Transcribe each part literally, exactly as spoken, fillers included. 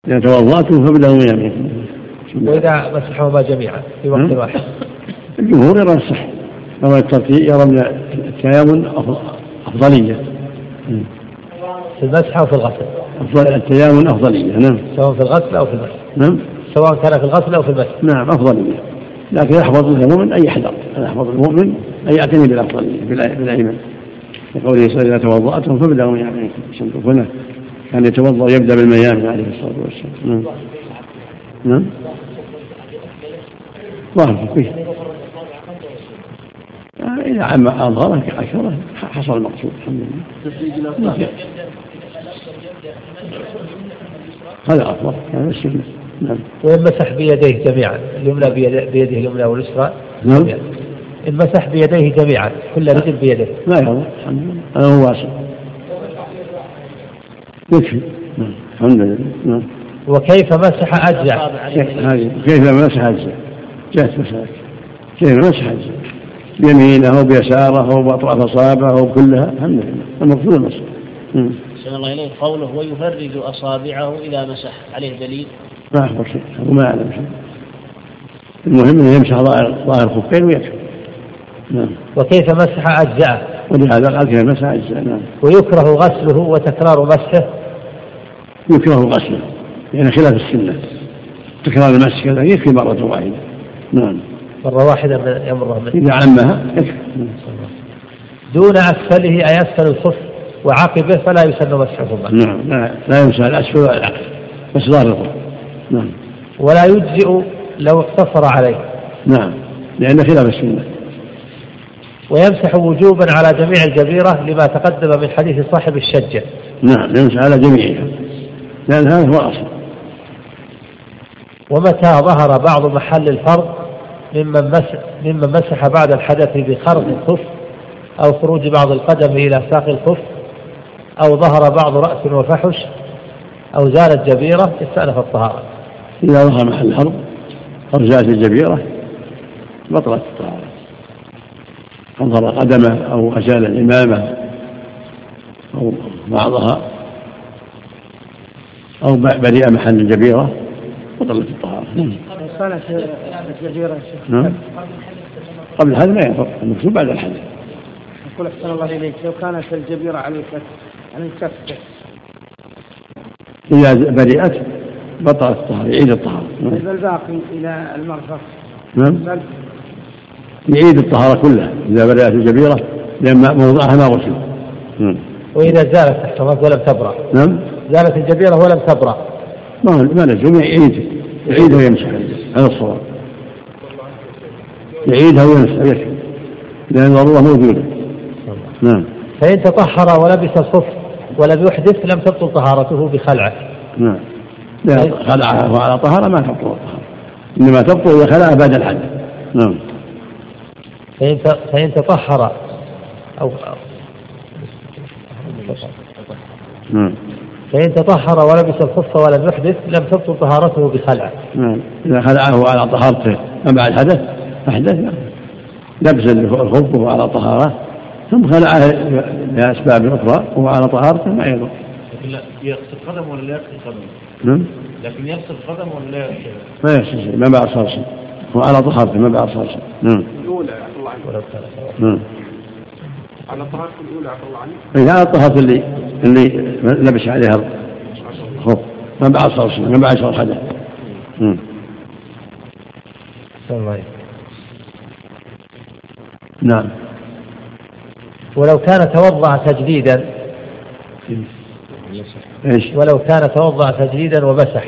إذا توضأتم فابدأوا من يمينكم. وإذا مسحهما جميعا في وقت واحد؟ الجمهور يرى الصح، يرى الترتيب، يرى من التيامن أفضلية في المسح أو في الغسل. أفضل التيامن أفضلية، نعم، سواء في الغسل أو في المسح. نعم، سواء كان في الغسل أو في المسح. نعم أفضلية، لكن يحفظ المؤمن أي حذر، يحفظ المؤمن أي يعتني بالأفضلية بالأيمن، لقوله صلى الله عليه وسلم: إذا توضأتم فابدأوا من يمينكم. شنطف هنا كان يتوضأ يبدأ بالميامن عليه الصلاة والسلام. نعم نعم ظاهر فيه إذا عم أظهره كأشره حصل المقصود الحمد لله. هذا أفضل هذا السنة. نعم. ويمسح بيديه جميعا، اليمنى بيده اليمنى واليسرى. نعم. المسح بيديه جميعا، كل رجل بيده. لا يضر الحمد لله، هذا هو واسع يكفي. نعم الحمد لله. نعم. وكيف مسح أجزع؟ كيف مسح أجزع؟ جاءت مساك كيف مسح أجزع؟ بيمينه وبيساره وبأطراف أصابعه وكلها الحمد لله، المقصود المسح. أحسن الله إليه قوله ويفرج أصابعه إذا مسح، عليه دليل؟ ما أخبر شيء وما أعلم شيء، المهم أن يمسح ظاهر خفين ويكفي. نعم. وكيف مسح أجزاء؟ ولهذا قال كيف مسح أجزاء. نعم. ويكره غسله وتكرار مسحه؟ يكره غسله يعني خلاف السنة، تكرار المسح كذا يكفي مرة واحدة. نعم مرة واحدة يمر من إذا عمها يكفي. دون أسفله أي أسفل الخف وعقبه فلا يسن مسحهما. نعم لا, لا يمسح الأسفل ولا العقب بس ظاهر الخف. نعم. ولا يجزئ لو اقتصر عليه. نعم لأن خلاف السنة. ويمسح وجوبا على جميع الجبيرة لما تقدم من حديث صاحب الشجة. نعم يمسح على جميعها لأن هذا هو الأصل. ومتى ظهر بعض محل الفرض ممن مسح, ممن مسح بعد الحدث بخرق الخف أو خروج بعض القدم إلى ساق الخف أو ظهر بعض رأس وفحش أو زالت جبيرة استأنف الطهارة. إذا ظهر محل الحرب أو زالت الجبيرة بطلت الطهارة، أظهر قدمه أو أزال الإمامة أو بعضها أو برئ محل الجبيرة بطلت الطهارة. كانت الجبيرة نعم قبل الحدث ما ينفق المكتوب بعد الحدث. يقول أحسن الله إليك لو كانت الجبيرة على الكف عن الكف إذا برئت بطلت الطهارة يعيد الطهارة. إذا الباقي إلى المرفق نعم يعيد الطهارة كلها إذا برئت الجبيرة لأن موضعها ما غسل. وإذا زالت تحت ولم تبرأ. نعم زالت الجبيرة ولم تبرأ ما ما لزم يعيد يعيدها ويمسح هذا الصواب، يعيدها ويمسح يكفي لأن ضرورة موجودة. نعم. فإن تطهر ولبس الخف ولم يحدث لم تبطل طهارته بخلعه. نعم خلعه على طهارة ما تبطل الطهارة، إنما تبطل إذا خلعه بعد الحدث. نعم. فإن فإن تطهر أو نعم فإن تطهر ولبس الخف ولم يحدث لم تبطل طهارته بخلعه. نعم إذا خلعه على طهارته أما الحدث أحدث لبس الخف وهو على طهارة ثم خلعه لأسباب أخرى وهو على طهارته ما يضر. لا يغسل قدم ولا لا يغسل قدم؟ نعم لكن يغسل قدم ولا لا يغسل؟ ما يغسل شيء ما بعد صار شيء هو على طهارته ما بعد صار شيء. نعم. الأولى عفى الله عنك. نعم. على طهارته الأولى عفى الله عنك. إذا على طهارته اللي اللي لبس عليها الخف ما بعد صار شيء ما بعد صار حدث. نعم. نعم. ولو كان توضأ تجديدا ايش؟ ولو كان توضأ تجديدا ومسح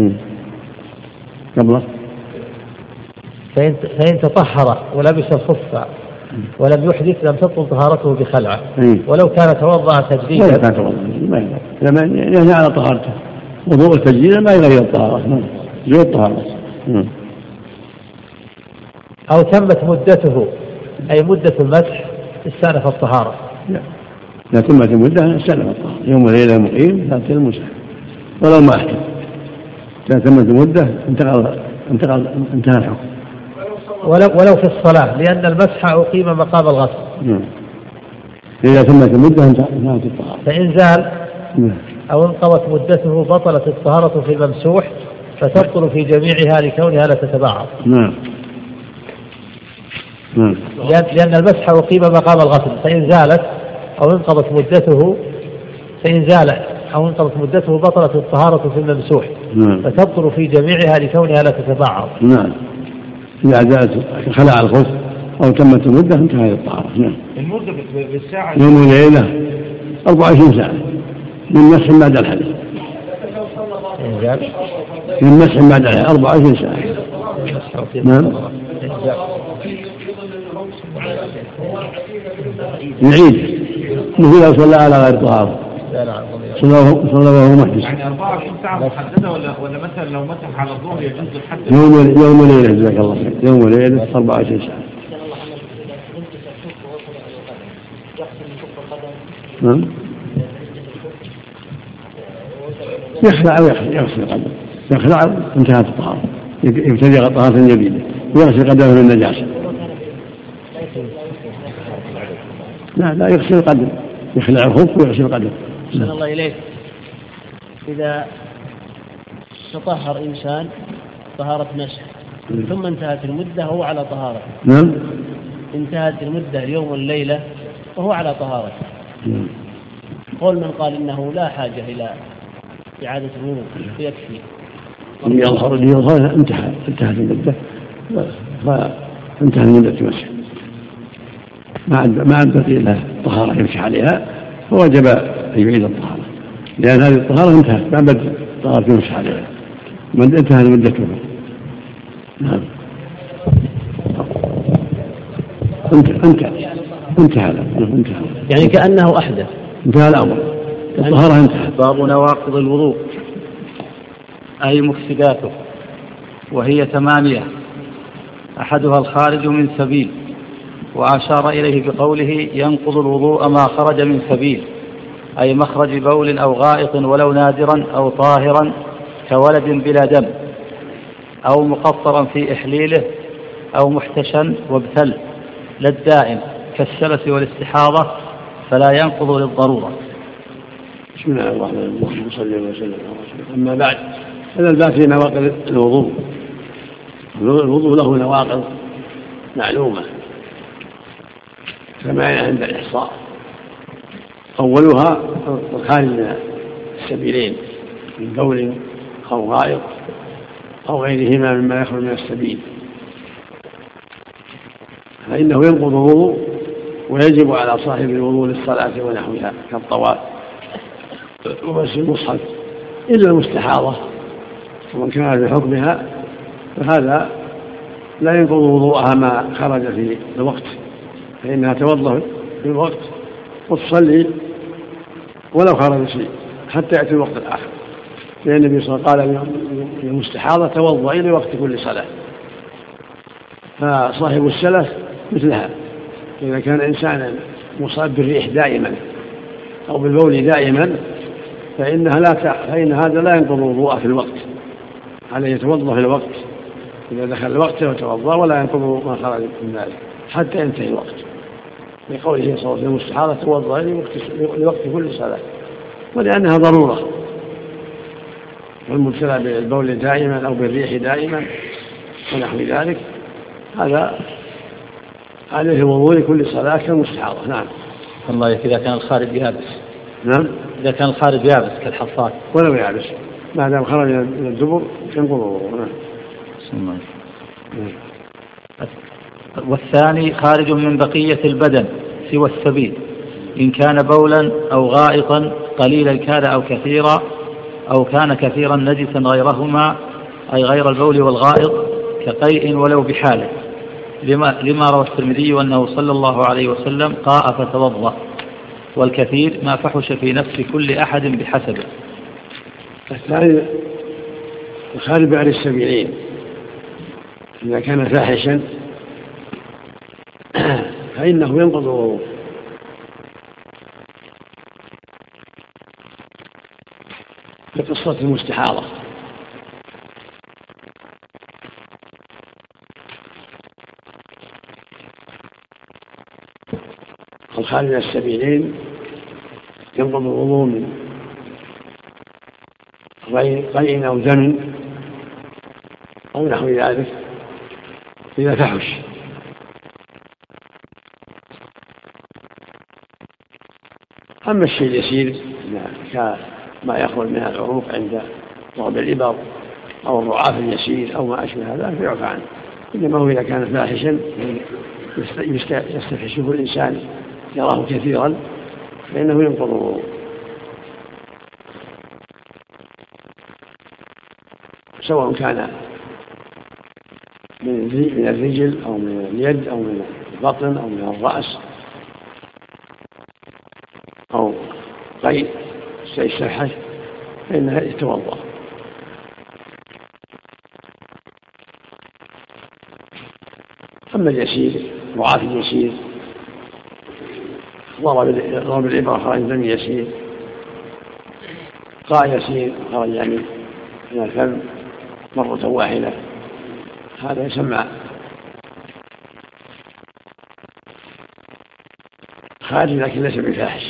قبله فإن فإن تطهر ولبس الخف ولم يحدث لم تبطل طهارته بخلعه. ولو كان توضأ تجديدا لا كان توضأ ما يغير يعني على طهارته وضوء التجديد ما يغير الطهارة زي الطهارة. أو تمت مدته أي مدة المسح استأنف الطهارة. لا لا تمت المدة استأنف الطهارة يوم وليلة مقيم لا تلمسه ولو ما أحكم لا تمت المدة انتقل انتقل انتهى الحكم. ولو ولو في الصلاة لأن المسح أقيم مقام الغسل. نعم. إذا تمت المدة انتهت الطهارة. فإن زال أو انقضت مدته بطلت الطهارة في الممسوح فتبطل في جميعها لكونها لا تتبعض. نعم. نعم. لأن المسح أقيم مقام الغسل، فإن زالت أو انقضت مدته فإن زالت أو انقضت مدته بطلت الطهارة في الممسوح. نعم. فتبطل في جميعها لكونها لا تتبعض. نعم. إذا زالت خلع الخف أو تمت المدة انتهى الطهارة. نعم. المدة بالساعة يوم وليلة أربعة وعشرين ساعة من مسح بعد الحدث. من مسح بعد الحدث أربعة وعشرين ساعة. نعم. يعيد مثل لو صلى على غير طهارة، صلى وهو محدث. يعني أربعة وعشرين ساعة محددة ولا ولا مثلا لو مسح على الظهر يجوز الحد؟ يوم يوم وليلة جزاك الله خير، يوم وليلة أربعة وعشرين ساعة. نعم. يخلع ويغسل قدمه، يخلع انتهت الطهارة، يبتدئ طهارة جديدة ويغسل قدمه من النجاسة. لا لا يغسل القدم، يخلع الخف ويغسل قدمه. أحسن الله إليك. إذا تطهر إنسان طهارة مسح ثم انتهت المدة وهو على طهارة. نعم. انتهت المدة اليوم والليلة وهو على طهارة. نعم. قول من قال إنه لا حاجة إلى إعادة الوضوء يكفي. يظهر يظهر انتهى انتهت المدة فانتهت المدة المسح، ما عاد ما عاد بقي له طهارة يمشي عليها، فوجب أن يعيد الطهارة لأن هذه الطهارة انتهت، ما بد طهارة يمشي عليها، من انتهى مدتها. نعم. انت انت انتهى انتهى يعني كأنه أحدث، انتهى الأمر، الطهارة انتهت. باب نواقض الوضوء أي مفسداته، وهي ثمانية، أحدها الخارج من سبيل، وأشار إليه بقوله ينقض الوضوء ما خرج من سبيل، أي مخرج بول أو غائط ولو نادرا أو طاهرا كولد بلا دم، أو مقطرا في إحليله، أو محتشا وابتل للدائم كالسلس والاستحاضة، فلا ينقض للضرورة. بسم الله الرحمن الرحيم، صلى الله وسلم على رسوله. أما بعد، هذا الباب في نواقض الوضوء. الوضوء له نواقض معلومة ثمانية عند الإحصاء. أولها الخارج من السبيلين من بول أو غائط أو غيرهما مما يخرج من السبيل، فإنه ينقض الوضوء ويجب على صاحب الوضوء للصلاة ونحوها كالطواف ومس المصحف، إلا المستحاضة ومن كان في حكمها فهذا لا ينقض وضوءها ما خرج في الوقت، فإنها توضأ في الوقت وتصلي ولو خرج شيء حتى يأتي الوقت الآخر، لأن النبي صلى الله عليه وسلم قال للمستحاضة توضئي لوقت كل صلاة. فصاحب السلف مثلها، إذا كان إنسانا مصاب بالريح دائما أو بالبول دائما فإنها لا ت... فإن هذا لا ينقض وضوءه في الوقت، عليه يتوضأ في الوقت إذا دخل الوقت وتوضأ، ولا ينقض ما خرج من ذلك حتى ينتهي الوقت، لقوله صلى الله عليه وسلم المستحاضة توضأ لوقت كل صلاة، ولأنها ضرورة. والمبتلى بالبول دائما أو بالريح دائما ونحو ذلك هذا عليه الوضوء لكل صلاة كالمستحاضة. نعم. الله إذا كان الخارج يابس. نعم. إذا كان الخارج يابس كالحصاد ولو يابس ما دام خرج من الدبر ينقض الوضوء. نعم. والثاني خارج من بقية البدن سوى السبيل، إن كان بولا أو غائطا قليلا كان أو كثيرا، أو كان كثيرا نجسا غيرهما أي غير البول والغائط كقيء ولو بحاله، لما, لما روى الترمذي أنه صلى الله عليه وسلم قاء فتوضأ. والكثير ما فحش في نفس كل أحد بحسبه. الثاني الخارج عن السبيلين، إذا كان فاحشا فإنه ينقض الوضوء، كقصة المستحاضة. الخارج من السبيلين ينقض الوضوء من قيء أو دم أو نحو ذلك إذا فحش. أما الشيء اليسير كما يخرج من العروق عند ضرب الإبر أو الرعاف اليسير أو ما أشبه هذا فيعفى عنه، إنما هو إذا كان فاحشا يستفحشه الإنسان يراه كثيرا فإنه ينقض الوضوء. سواء كان من الرجل أو من اليد أو من البطن أو من الرأس أو قيء سيستفحش فإنها يتوضأ. أما اليسير ضعاف اليسير ضرب الإبرة خرج دم يسير، قاء يسير خرج يعني من الفم مرة واحدة، هذا يسمى خارج لكن ليس بفاحش.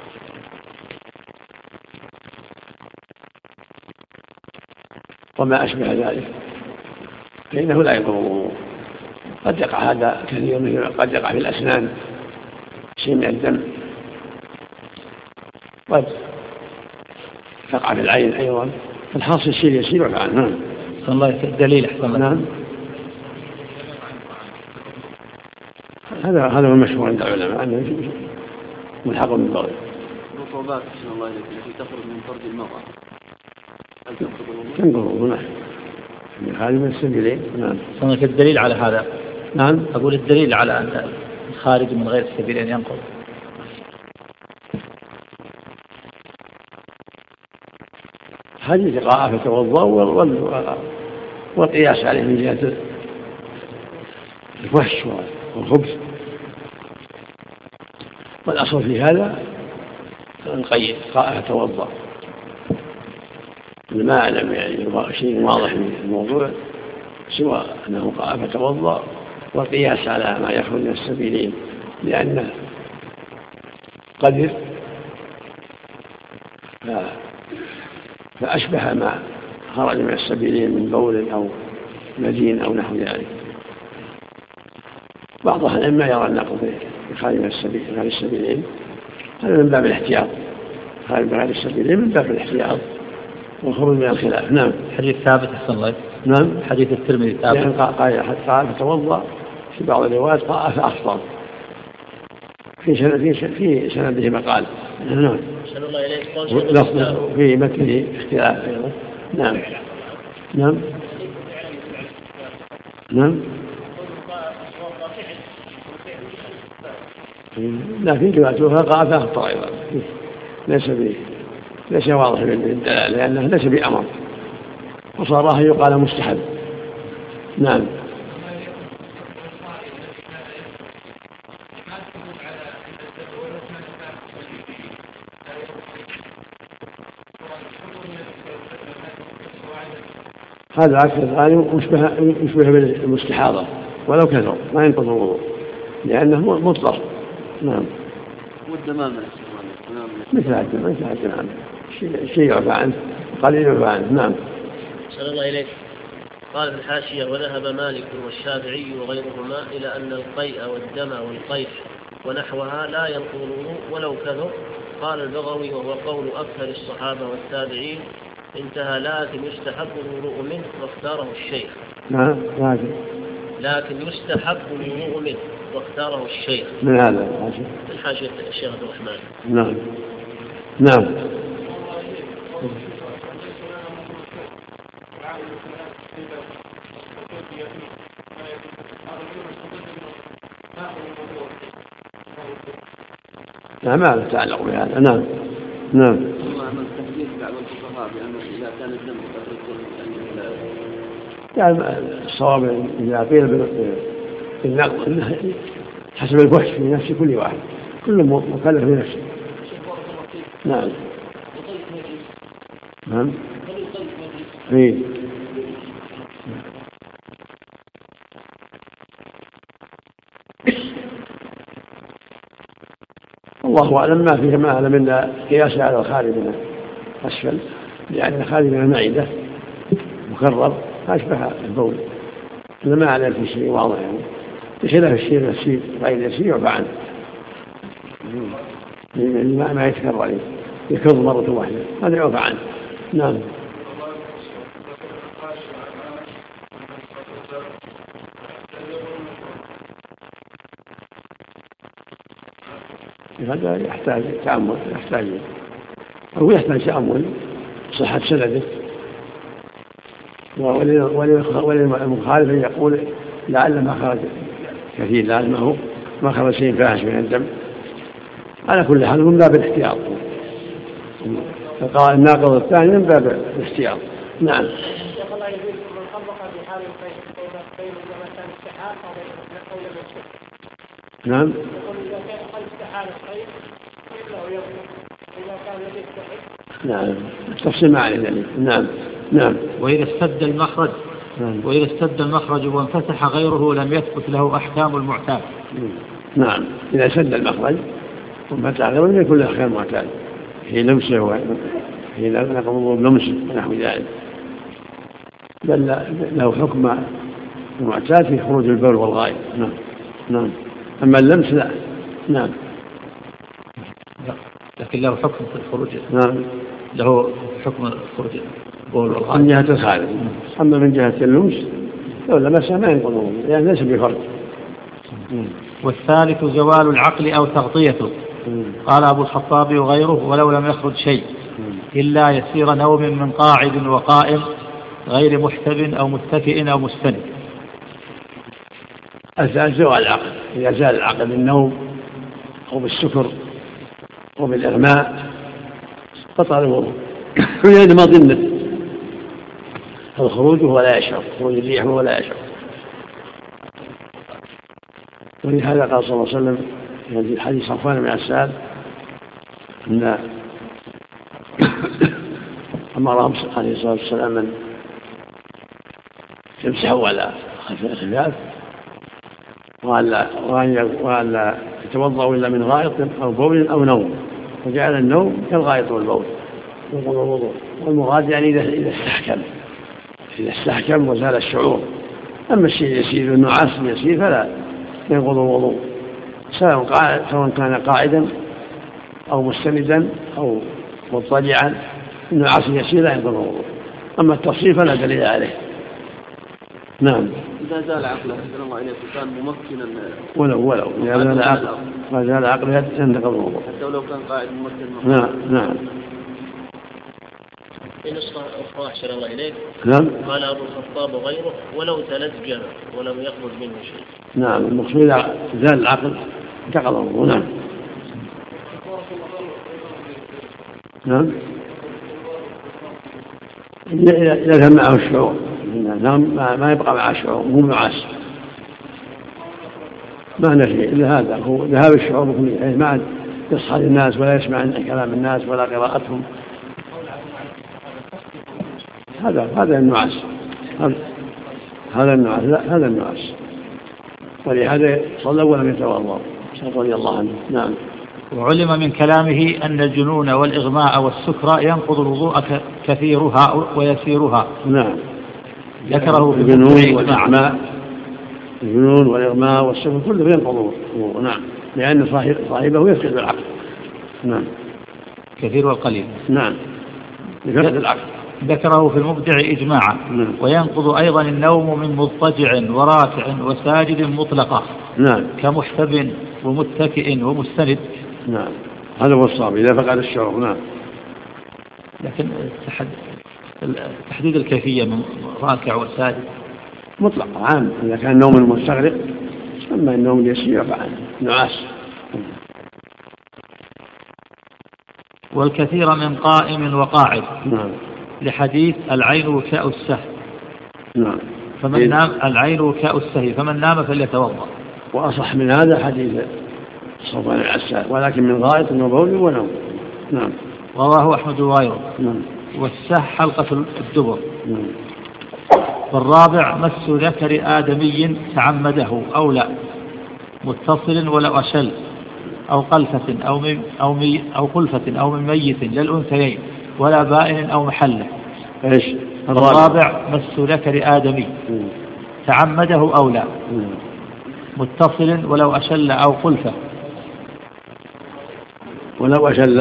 وما أشبه ذلك فإنه لا يضر. قد يقع هذا كثير، قد يقع في الأسنان شيء من الدم، قد تقع في العين أيضا، فالحاصل الشيء يسير وفعل. نعم. صلى الله عليه الدليل أحسن. نعم. هذا هذا هو المشهور عند العلماء أنه ملحق بالبغي. الرطوبات صلى الله عليه التي تخرج من فرج المرأة هل تنقض الوضوء؟ نعم. هذه من السبيلين. نعم. صلى الله الدليل على هذا. نعم. أقول الدليل على أن الخارج من غير السبيلين ينقض. هذه قراءة فتوضأ والقياس عليه من جهة الفحش والخبث، والأصل في هذا القيد قراءة فتوضأ. ما أعلم يعني شيء واضح من الموضوع سوى أنه قراءة فتوضأ والقياس على ما يخرج من السبيلين، لأنه قدر فأشبه ما خرج من السبيلين من بول أو مدين أو نحو ذلك. بعض أهل العلم يرى النقض خارج من السبيلين، هذا من باب الاحتياط، خارج من السبيلين من باب الاحتياط والخروج من الخلاف. نعم. حديث ثابت أحسن الله. نعم. حديث الترمذي ثابت. يعني قال فتوضأ في بعض الروايات قاء فأفطر في سند في سنده مقال. نعم. أحسن الله إليك. لفظ في متنه اختلاف أيضا. نعم. نعم. نعم. لكن روايتها قاء فأفطر أيضا ليس به ليس واضح بالدلالة لأنه ليس بأمر، وصار يقال مستحب. نعم. هذا أكثر الغالب يشبه بالمستحاضة ولو كثر ما ينقض الوضوء لأنه مطلق. نعم. والدمام مثل الدمام مثل الدمام شيء يعفى عنه قليل يعفى عنه. نعم. صلى الله إليك. قال في الحاشية: وذهب مالك والشافعي وغيرهما إلى أن القيء والدم والقيح ونحوها لا ينقض الوضوء ولو كثر. قال البغوي وهو قول أكثر الصحابة والتابعين انتهى، لكن يستحب الوضوء منه واختاره الشيخ. نعم. لكن يستحب الوضوء منه واختاره الشيخ. من هذا من حاشية الشيخ عبد الرحمن. نعم. نعم. لا ما له تعلق بهذا. نعم. نعم. التحديث بعض الفقهاء بأن إذا كان الدم يعني الصواب إذا قيل بالنقض إنه حسب الفحش في نفس كل واحد، كل مكلف في نفسه. نعم. نعم. إيه. الله أعلم. ما فيه ما أعلم إلا قياس على الخارج من أسفل، لأن خارج من المعدة مكرر أشبه البول، إذا ما عليه في شيء واضح يعني بخلاف الشيء اليسير غير يسير يعفى عنه، الماء ما يتكرر يكر مرة واحدة هذا يعفى عنه. نعم. هذا يحتاج تأمل، يحتاج أو يحتاج تأمل صحة سنده، وللمخالف يقول لعل ما خرج كثير لازمه ما خرج شيء فاحش من الدم. على كل حال من باب الاحتياط، الناقض الثاني من باب الاحتياط. نعم. نعم. نعم التفصيل ما عليه ذلك. نعم. نعم. وإذا استد المخرج نعم. وإذا استد المخرج وانفتح غيره لم يثبت له أحكام المعتاد. نعم إذا سد المخرج وانفتح غيره لم يكن له أحكام المعتاد، هي لمسه هي نقض لمسه ونحو ذلك، بل له حكم المعتاد في خروج البول والغائط. نعم. نعم. أما اللمس لا. نعم. لكن له حكم في الخروج. نعم. له حكم الخروج البول والغائط من جهة الخارج. أما من جهة اللمس لو لمسه ما ينقضه يعني ليس بفرق. والثالث زوال العقل أو تغطيته. قال أبو الخطاب وغيره ولو لم يخرج شيء إلا يسير نوم من قاعد وقائم غير محتب أو متكئ أو مستند. الثالث زوال العقل، إذا زال العقل بالنوم أو بالسكر أو بالإغماء بطل الوضوء، يعني ما ضمنت الخروج وهو لا يشعر، خروج الريح وهو لا يشعر. ولهذا قال صلى الله عليه وسلم في حديث صفوان بن عسال أن أمرهم عليه الصلاة والسلام أن يمسحوا على الخفاف وأن لا يتوضأوا إلا من غائط أو بول أو نوم، وجعل النوم كالغائط والبول ينقض الوضوء. والمراد يعني إذا استحكم إذا استحكم وزال الشعور. أما الشيء يسير النعاس يسير فلا ينقض الوضوء، سواء كان قاعدا أو مستندا أو مضطجعا، النعاس يسير لا ينقض الوضوء. أما التفصيل فلا دليل عليه. نعم. إذا زال عقله أحسن الله إليك كان ممكنا ولو ولو إذا زال عقله ما زال عقله ينقض الوضوء حتى ولو كان قاعد ممكن. نعم. نعم. في نسخة أخرى أحسن الله إليك. نعم. قال أبو الخطاب وغيره ولو تلجم ولم يخرج منه شيء. نعم المقصود زال العقل انتقض الوضوء. نعم. نعم إذا كان معه الشعور ما يبقى مع الشعور مو نعاس ما نفي إلا هذا هو ذهاب الشعور بكل ما يصحى للناس ولا يسمع كلام الناس ولا قراءتهم، هذا هذا النعاس هذا النعاس لا هذا النعاس. ولهذا صلى ولم يتوضأ رضي الله عنه. نعم. وعلم من كلامه أن الجنون والإغماء والسكر ينقض الوضوء كثيرها ويسيرها. نعم. ذكره في الجنون والإغماء الجنون والإغماء والسكر كله ينقض الوضوء. نعم لأن صاحبه يفقد العقل. نعم. كثير والقليل. نعم يفقد العقل. ذكره في المبدع إجماعا. نعم. وينقض أيضا النوم من مضطجع ورافع وساجد مطلقة. نعم. كمحتب ومتكئ ومستند. نعم هذا هو الصواب إذا فقد الشعور. نعم. لكن تحديد الكيفية من راكع وساجد مطلق عام إذا كان نوم مستغرق، أما النوم اليسير فعنه نعاس. والكثير من قائم وقاعد. نعم. لحديث العين وكاء السهل. نعم. فمن نام العين وكاء السهل فمن نام فليتوضأ. وأصح من هذا حديث صفوان بن عسال ولكن من غائط وبول ونوم. نعم. رواه أحمد وغيره. نعم. والسح حلقة الدبر. نعم. والرابع مس ذكر آدمي تعمده أو لا متصل ولو أشل أو قلفة أو من أو مي أو قلفة أو من ميت للأنثيين ولا بائن أو محله. إيش؟ الرابع مس ذكر آدمي تعمده أو لا، متصل ولو أشل أو قلفة. ولو أشل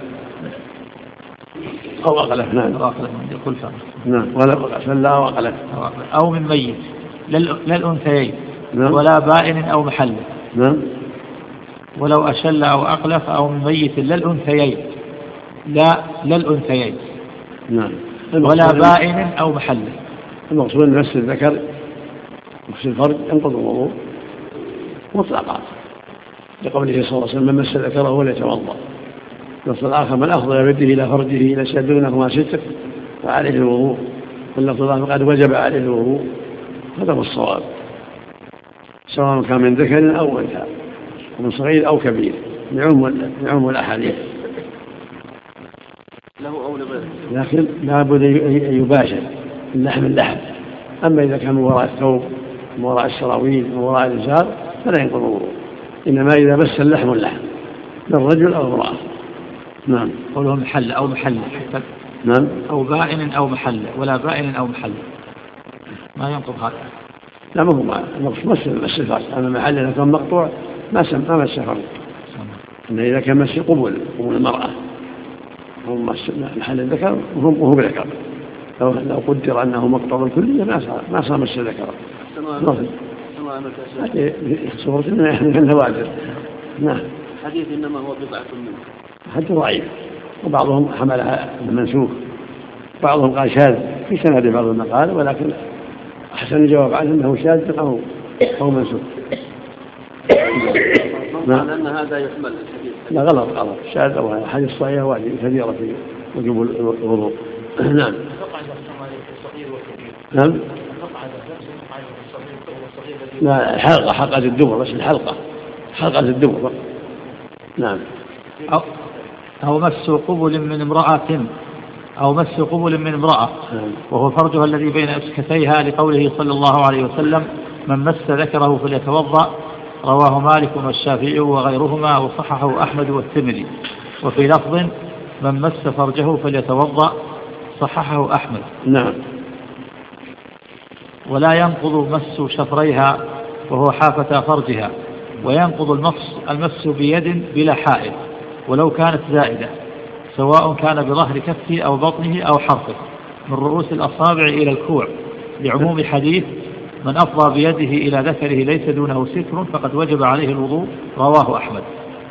أو أقلف. نعم. قلفة. نعم. ولو أشل أو أقلف. أو من ميت للأنثيين. نعم. ولا بائن أو محله. نعم. ولو أشل أو أقلف أو من ميت للأنثيين، لا للأنثيين. نعم. ولا بائن أو محله. المقصود أن مس الذكر مس الفرج ينقض الوضوء مطلقا، لقوله صلى الله عليه وسلم: من مس ذكره وليتوضأ. اللفظ الآخر: من أفضى بيده إلى فرجه إلى شدونهما ستر فعليه الوضوء. واللفظ الآخر: قد وجب عليه الوضوء. هذا هو الصواب، سواء كان من ذكر أو أنثى، ومن صغير أو كبير، يعم الأحاديث. له أو لغيره، لكن لابد أن يباشر اللحم اللحم. أما إذا كان من وراء الثوب، من وراء السراويل، من وراء الإزار، فلا ينقض الوضوء، إنما إذا بس اللحم اللحم للرجل أو امرأة. نعم. قوله محل أو محل. نعم. أو بائن أو محل. ولا بائن أو محل ما ينقض هذا. لا، ما هو مس مس الفرج. أما محل إذا كان مقطوع ما سم ما مس فرج. إن إذا كان مس قبول قبول المرأة هو مس محل الذكر وهو بذكر. لو لو قدر أنه مقطوع الكلية ما صار ما صار مس الذكر. هذه صورة من النوادر. نعم. حديث إنما هو بضعة منه حديث ضعيف، وبعضهم حملها المنسوخ، بعضهم قال شاذ في سند بعض المقال، ولكن أحسن الجواب عنه أنه شاذ أو أو منسوخ. نعم. أن هذا يحمل الحديث. لا، غلط غلط شاذ أو حديث صحيح وهذه كثيرة في وجوب الوضوء. نعم. نعم. لا، الحلقة حلقة الدبر، بس الحلقة حلقة الدبر. نعم. أو, أو مس قبل من امرأة أو مس قبل من امرأة وهو فرجها الذي بين أسكتيها، لقوله صلى الله عليه وسلم: من مس ذكره فليتوضأ. رواه مالك والشافعي وغيرهما، وصححه أحمد والترمذي. وفي لفظ: من مس فرجه فليتوضأ، صححه أحمد. نعم. ولا ينقض مس شفريها وهو حافة فرجها، وينقض المس, المس بيد بلا حائل ولو كانت زائدة، سواء كان بظهر كفه أو بطنه أو حرفه من رؤوس الأصابع إلى الكوع، لعموم حديث: من أفضى بيده إلى ذكره ليس دونه ستر فقد وجب عليه الوضوء. رواه أحمد.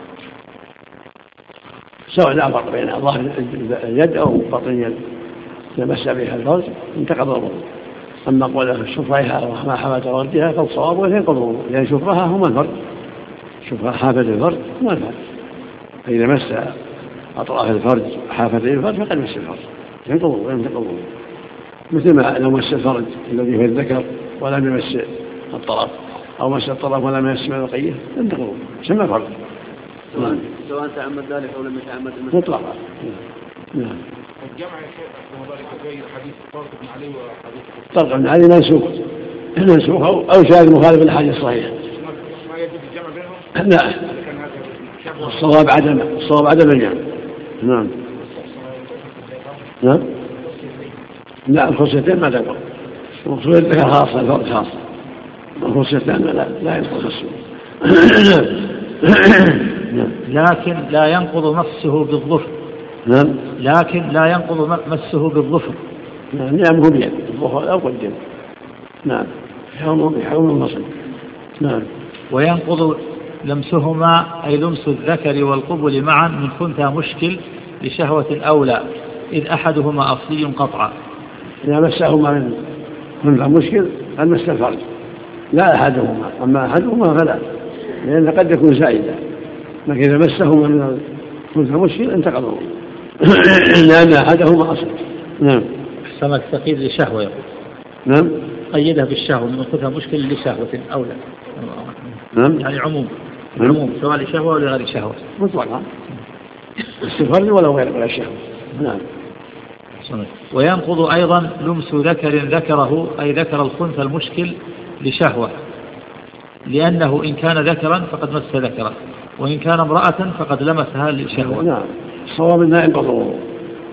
سواء لا فرق بين ظهر اليد أو بطن اليد، إذا مس بها الفرج انتقض الوضوء. أما قوله شفرها وما حافة فرجها فالصواب ينقض الوضوء، لأن شفرها هما الفرج، شفرها حافة الفرج هما الفرج. فإذا مس أطراف الفرج حافة الفرج فقد مس الفرج، ينقض الوضوء ينقض الوضوء. مثل ما لو مس الفرج الذي هو الذكر ولم يمس الطرف، أو مس الطرف ولم يمس من القية ينقض الوضوء، يسمى فرج. سواء تعمد ذلك أو لم يتعمد مطلقا. نعم. الجمع يا شيخ وذلك زي حديث طارق بن علي وحديث طارق بن علي منسوخ منسوخ أو أو شاذ مخالف للحديث الصحيح. ما يجوز الجمع بينهم؟ لا، الصواب عدم الصواب عدم الجمع. نعم. نعم. لا، الخصيتين ما تقول، المقصود الذكر خاصة الفرد خاصة، الخصيتين لا لا ينقض مسه. لكن لا ينقض مسه بالظفر. نعم. لكن لا ينقض مسه بالظفر. نعم. نعمه بيد الظفر أو قدم. نعم. يحوم يحوم النصب. نعم. وينقض لمسهما أي لمس الذكر والقبل معا من خنثى مشكل لشهوة أولى، إذ أحدهما أصلي قطعا. إذا مسهما من خنثى مشكل قد مس الفرج، لا أحدهما، أما أحدهما فلا، لأن قد يكون زائدا، لكن إذا مسهما من خنثى مشكل انتقضوا لأن أحدهما أصل. نعم. السمك تقييد لشهوة يقول. نعم. قيدها بالشهوة من خنثى مشكل لشهوة أولى. نعم. يعني عموم عموم سواء لشهوة ولا غير شهوة مطلقا، استفر ولا غير ولا شهوة. نعم. وينقض أيضا لمس ذكر ذكره أي ذكر الخنثى المشكل لشهوة، لأنه إن كان ذكرا فقد مس ذكره، وإن كان امرأة فقد لمسها لشهوة. نعم. الصواب أنها ينقض الوضوء،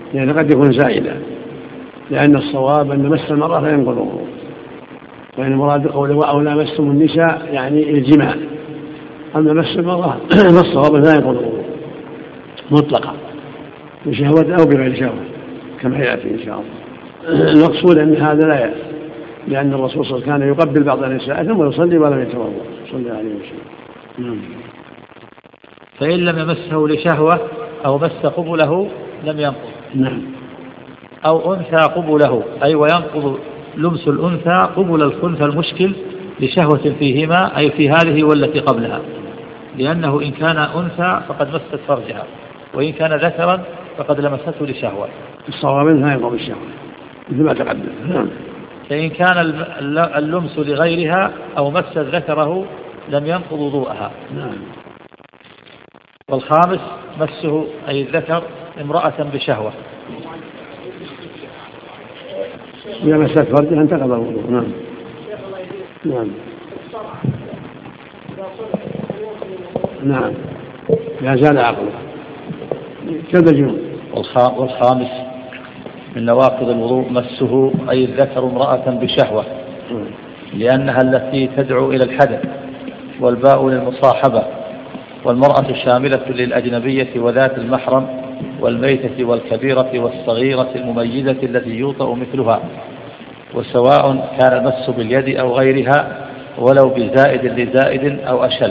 لأن قد يكون زائدا، لأن الصواب أن مس المرأة لا ينقض الوضوء، وإن المراد قوله أو لامستم النساء يعني الجماع، أما مس المرأة فالصواب لا ينقض الوضوء مطلقا بشهوة أو بغير شهوة كما يأتي إن شاء الله. المقصود أن هذا لا يأتي، لأن الرسول صلى الله عليه وسلم كان يقبل بعض النساء ثم يصلي ولم يتوضأ صلى الله عليه وسلم. فإن لم يمسه لشهوة أو مس قبله لم ينقض. نعم. أو أنثى قبله، أي وينقض لمس الأنثى قبل الخنثى المشكل لشهوة فيهما، أي في هذه والتي قبلها، لأنه إن كان أنثى فقد مست فرجها، وإن كان ذكرا فقد لمسته لشهوة. الصواب لا ينقض الشهوة مثل ما تقدم. نعم. فإن كان اللمس لغيرها أو مست ذكره لم ينقض وضوءها. نعم. والخامس مسه أي الذكر امرأة بشهوة، إذا مست فرجها انتقض الوضوء. نعم. نعم. نعم. لا زال عقله كالمجنون. والخامس من نواقض الوضوء مسه أي الذكر امرأة بشهوة، لأنها التي تدعو إلى الحدث، والباء للمصاحبة، والمرأة شاملة للأجنبية وذات المحرم والميتة والكبيرة والصغيرة المميزة التي يوطأ مثلها، وسواء كان المس باليد أو غيرها ولو بزائد لزائد أو أشل.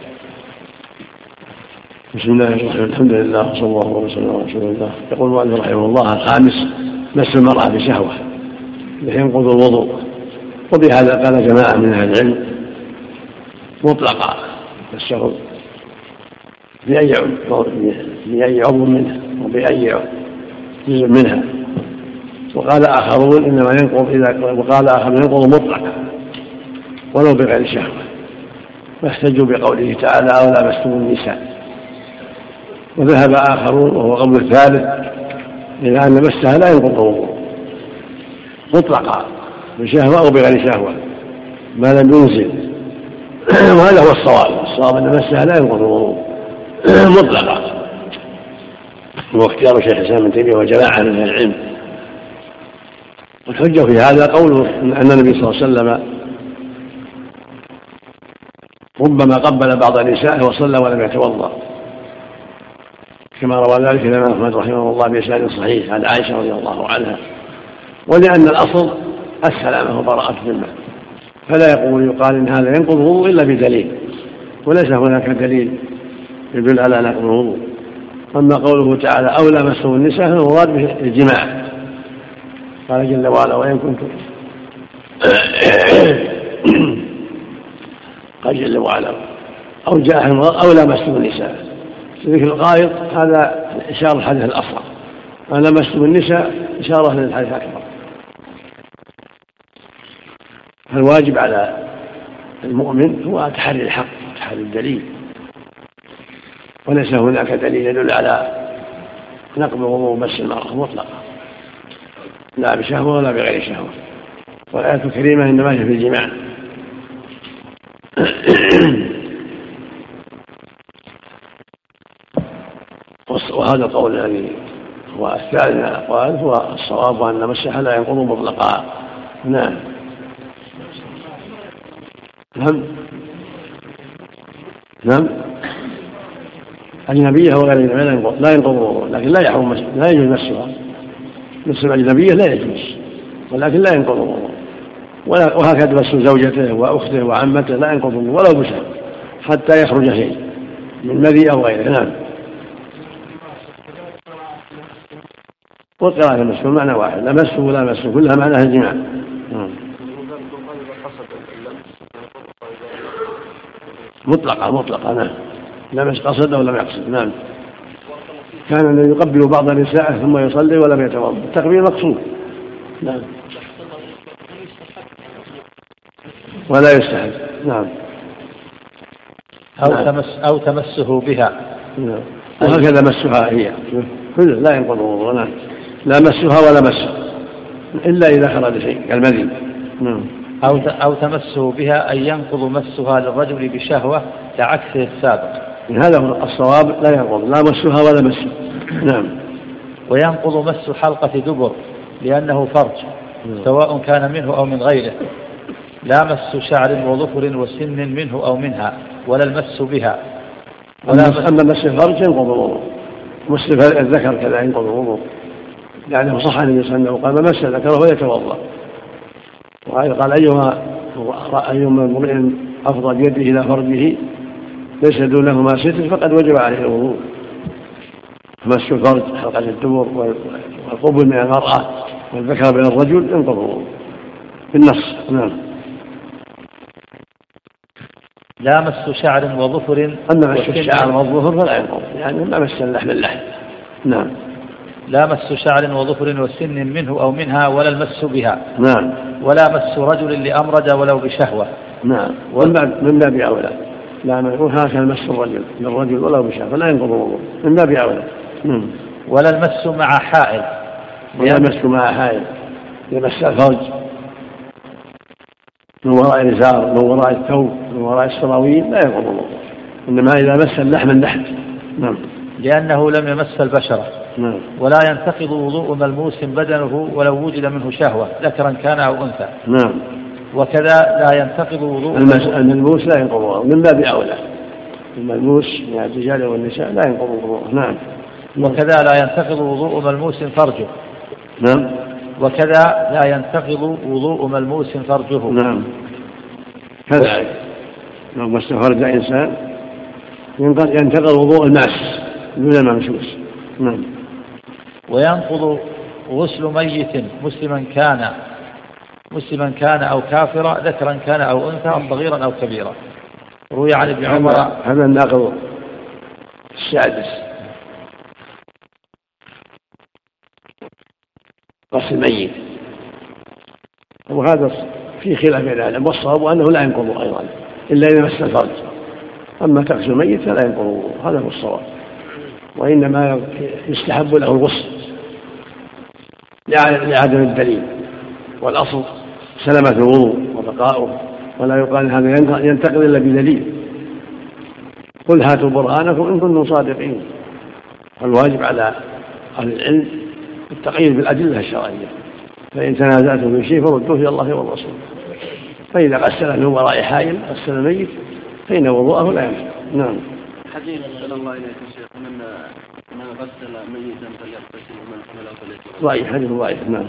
بسم الله الرحمن الرحيم، الحمد لله صلى الله عليه وسلم على رسول الله. يقول المؤلف رحمه الله: الخامس مس المرأة بشهوة ينقض الوضوء. وبهذا قال جماعة من أهل العلم مطلقا مسه بأي بأي عضو منها وبأي جزء منها، وقال آخرون إنما ينقض إذا وقال آخر ينقض مطلقا ولو بغير شهوة، فاحتجوا بقوله تعالى: أو لامستم النساء. وذهب آخرون وهو قول الثالث إلى أن مسها لا ينقض الوضوء مطلقا بشهوة أو بغير شهوة ما لم ينزل، وهذا هو الصواب. الصواب أن مسها لا ينقض الوضوء مطلقا، واختيار شيخ الإسلام ابن تيمية وجماعة من أهل العلم. والحجة في هذا قوله أن النبي صلى الله عليه وسلم ربما قبل بعض نسائه وصلى ولم يتوضأ، كما روى ذلك الإمام أحمد رحمه الله بإسناد صحيح عن عائشة رضي الله عنها. ولأن الأصل السلامة وبراءة الذمة، فلا يقول يقال إن هذا ينقض الوضوء إلا بدليل، وليس هناك دليل يدل على نقض الوضوء. أما قوله تعالى: أو لامستم النساء فالمراد به الجماع، قال جل وعلا: وإن كنتم قال جل وعلا: أو جاء أو لامستم النساء. ذكر الغائط هذا إشارة الحدث الأصغر، أو لامستم النساء إشارة للحدث الأكبر. فالواجب على المؤمن هو تحري الحق وتحري الدليل، وليس هناك دليل يدل على نقض وضوء مس المرأة مطلقا لا بشهوة ولا بغير شهوة. والآية الكريمة إنما هي في الجماع. وهذا القول الذي هو الثالث من الأقوال هو الصواب، وأن مسها لا ينقض مطلقا. نعم. نعم. نعم. أجنبية وغير أجنبية لا ينقض الوضوء، لكن لا يحرم لا يجوز مسها. مس الأجنبية لا يجوز، ولكن لا ينقض الوضوء. وهكذا مس زوجته وأخته وعمته لا ينقض الوضوء ولو بشهوة حتى يخرج شيء من مذي أو غيره. نعم. والقراءة المسه معنى واحد، لا مسه ولا مسه كلها معناها الجماع. مطلقة مطلقة. نعم. لا مس قصد أو لم يقصد. نعم. كان الذي يقبل بعض النساء ثم يصلي ولم يتوضأ، التقبيل مقصود. نعم. ولا يستحب. نعم. أو تمس أو تمسه بها. نعم. وهكذا مسها هي كله لا ينقض الوضوء. نعم. لا مسها ولا مسها إلا إذا خرج شيء كالمذي. نعم. أو أو تمسه بها أي ينقض مسها للرجل بشهوة كعكسه السابق. هذا هو الصواب، لا ينقض لا مسها ولا مسها. نعم. وينقض مس حلقة دبر لأنه فرج سواء كان منه أو من غيره، لا مس شعر وظفر وسن منه أو منها ولا المس بها. ولا أما مس الفرج ينقض الوضوء، مس الذكر كذا ينقض الوضوء، لأنه صح عن النبي صلى الله عليه وسلم قال من مس ذكره فليتوضأ، وقال أيها أيما امرئ أفضى بيده إلى فرجه ليس دونهما ستر فقد وجب عليه الوضوء. مس الفرج حلقة الدبر والقبل من المرأة والذكر من الرجل ينقض الوضوء بالنص. نعم. لا مس شعر وظفر. أما مس الشعر والظفر فلا ينقض، يعني ما مس اللحم اللحم. نعم. لا مس شعر وظفر وسن منه أو منها ولا المس بها. نعم. ولا مس رجل لأمرد ولو بشهوة. نعم. من باب أولى. لا نقول هكذا مس الرجل للرجل ولو بشهوة فلا ينقض الوضوء من باب أولى. نعم. ولا المس مع حائل. ولا المس مع حائل يمس الفرج من وراء الإزار من وراء الثوب من وراء السراويل لا ينقض الوضوء، إنما إذا مس اللحم اللحم. نعم. لأنه لم يمس البشرة. نعم. ولا ينتقض وضوء ملموس بدنه ولو وجد منه شهوة ذكرا كان أو أنثى. نعم. وكذا لا ينتقض وضوء الملموس لا ينقض الوضوء من باب أولى، الملموس من الرجال والنساء لا ينقض الوضوء. نعم. وكذا لا ينتقض وضوء ملموس فرجه. نعم. وكذا لا ينتقض وضوء ملموس فرجه. نعم. كذلك لو مس فرج إنسان ينتقض وضوء الماس دون الممسوس. نعم. وينقض غسل ميت مسلما كان مسلما كان أو كافرا ذكرا كان أو أنثى صغيرا أو كبيرا. روي عن ابن عمر. هذا الناقض السادس غسل الميت، وهذا في خلاف بين العلماء، والصواب أنه لا ينقض أيضا إلا إذا مس الفرج، أما تغسل الميت فلا ينقض، هذا هو الصواب، وإنما يستحب له الغسل لعدم الدليل، والأصل سلامة الوضوء وبقاؤه، ولا يقال هذا ينتقل إلا بدليل. قل هاتوا برهانكم إن كنتم صادقين. والواجب على أهل العلم التقييد بالأدلة الشرعية، فإن تنازعتم في شيء فردوه إلى الله والرسول. فإذا غسل من وراء حائل غسل الميت فإن وضوءه لا ينفع. نعم. حديث صلى الله عليه وسلم من من غسل ميتا فليغتسل ومن حمله فليتوضأ. ضعيف، حديث ضعيف. نعم.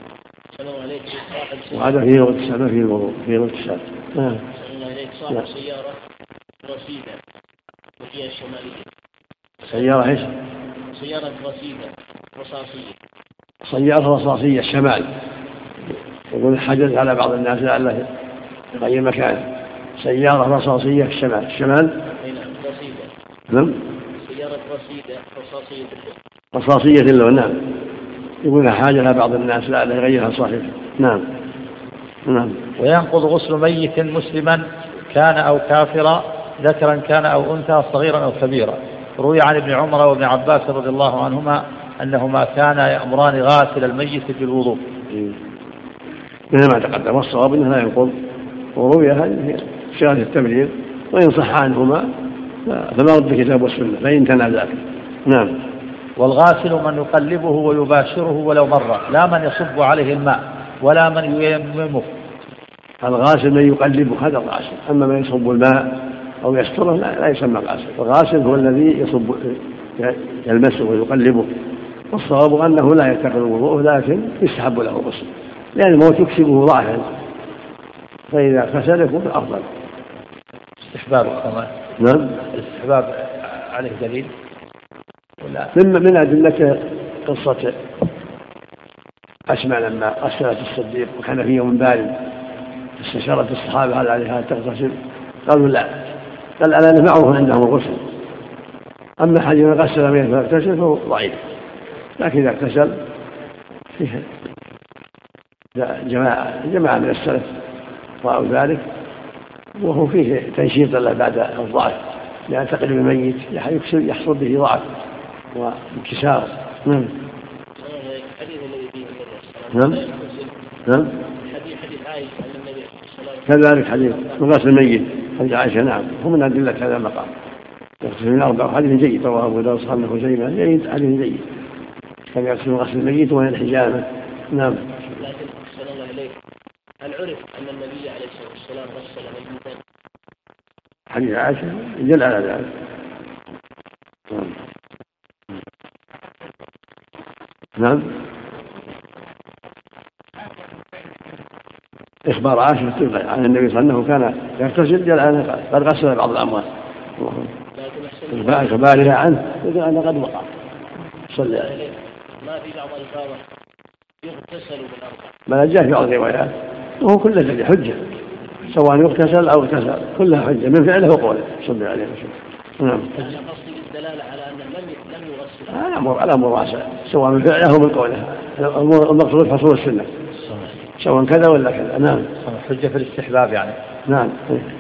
وهذا فيه اغتسال فيه الوضوء فيه اغتسال. نعم. صاحب سيارة رصيدة وفيها الشمالية. سيارة ايش؟ سيارة رصيدة رصاصية. سيارة رصاصية الشمال، يقول الحدث على بعض الناس لعله يغير مكانه. سيارة رصاصية في الشمال. الشمال؟ نعم. رصيدة. نعم. سيارة رصيدة رصاصية اللون. رصاصية اللون. نعم. يقول حاجة على بعض الناس لعله يغيرها صاحبه. نعم. نعم. وينقض غسل ميت مسلما كان أو كافرا ذكرا كان أو أنثى صغيرا أو كبيرا. روي عن ابن عمر وابن عباس رضي الله عنهما أنهما كانا يأمران غاسل الميت بالوضوء. مثل ما تقدم، والصواب أنه لا ينقض، وروي هذه شغلة التمرير، وإن صح عنهما فما رد الكتاب والسنة فإن تنازعت. نعم. والغاسل من يقلبه ويباشره ولو مرة، لا من يصب عليه الماء ولا من ييممه. الغاسل من يقلبه هذا الغاسل، أما من يصب الماء أو يستره لا, لا يسمى غاسل. الغاسل هو الذي يصب يلمسه ويقلبه، والصواب أنه لا يتخذ الوضوء لكن يستحب له الغسل، لأن الموت يكسبه ضعفا، فإذا غسل يكون أفضل. استحباب السماء. نعم. الاستحباب عليه دليل ولا؟ من من أدلة قصة أسمع لما غسلت الصديق وكان في يوم بارد استشارت الصحابة هل عليها تغتسل؟ قالوا لا، قال ألا نفعه عندهم الغسل. أما حديث من غسل ميت فاغتسل فهو ضعيف، لكن إذا اغتسل فيه جماعة جماعة من السلف رأوا ذلك، وهو فيه تنشيط له بعد الضعف، لأن تقلب الميت يحصل به ضعف وانكسار. نعم. نعم. نعم. كذلك حديث من غسل الميت حديث عائشة. نعم. هو من أدلة هذا المقام. يغتسل من أربع، حديث جيد رواه أبو داود صحيح خزيمة، جيد حديث جيد كان يغسل غسل الميت وهي الحجامة. نعم. لكن أحسن الله إليك، هل عرف أن النبي عليه الصلاة والسلام غسل ميتا؟ حديث عائشة يدل على ذلك. نعم. إخبار عائشة عن النبي صلى الله عليه وسلم كان يغتسل دل على قد غسل بعض الأموات. إخبارها عنه يدل أنه قد وقع. صلى عليه. ما في بعض الفاظ يغتسل بالأرض. ما جاء في بعض الروايات وهو كل الذي حجة سواء يغتسل أو اغتسل كلها حجة من فعله وقوله صلى الله عليه وسلم. نعم. أنا قصدي بالدلالة على أنه لم لم يغسل. الأمر الأمر واسع سواء من فعله أو من قوله. المقصود حصول السنة سواء كذا ولا كذا. نعم. حجة في الاستحباب يعني. نعم.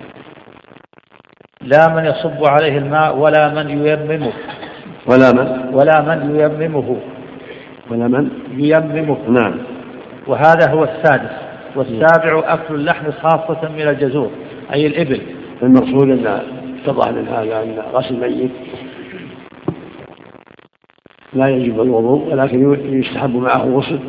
لا من يصب عليه الماء ولا من ييممه. ولا من ولا من ييممه. ولا من ييممه. نعم. وهذا هو السادس. والسابع أكل اللحم خاصة من الجزور أي الإبل. المقصود أن اتضح من هذا أن غسل الميت لا يجب الوضوء ولكن يستحب معه غسل.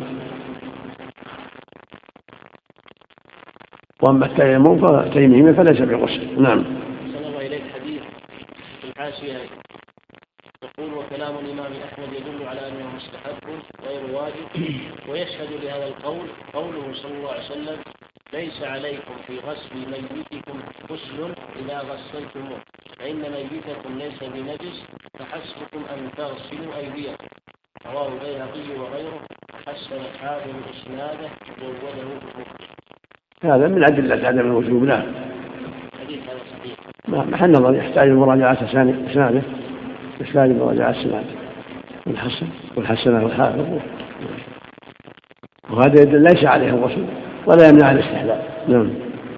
وأما التيمم فتيمم فليس بغسل. نعم. صلى الله إليك حديث في الحاشية يقول وكلام الإمام أحمد يدل على أنه مستحب غير واجب ويشهد لهذا القول قوله صلى الله عليه وسلم ليس عليكم في غسل ميتكم غسل إذا غسلتموه فإن ميتكم ليس بنجس فحسبكم أن تغسلوا أيديكم. رواه البيهقي وغيره حسن الحافظ إسناده وزوده هذا من أدلة عدم الوجوب. لا حديث هذا صحيح. محل نظر يحتاج لمراجعة إسناده يحتاج لمراجعة إسناده والحسن والحسنة والحافظ وهذا يدل ليس عليه الغسل ولا يمنع الاستحلال. نعم.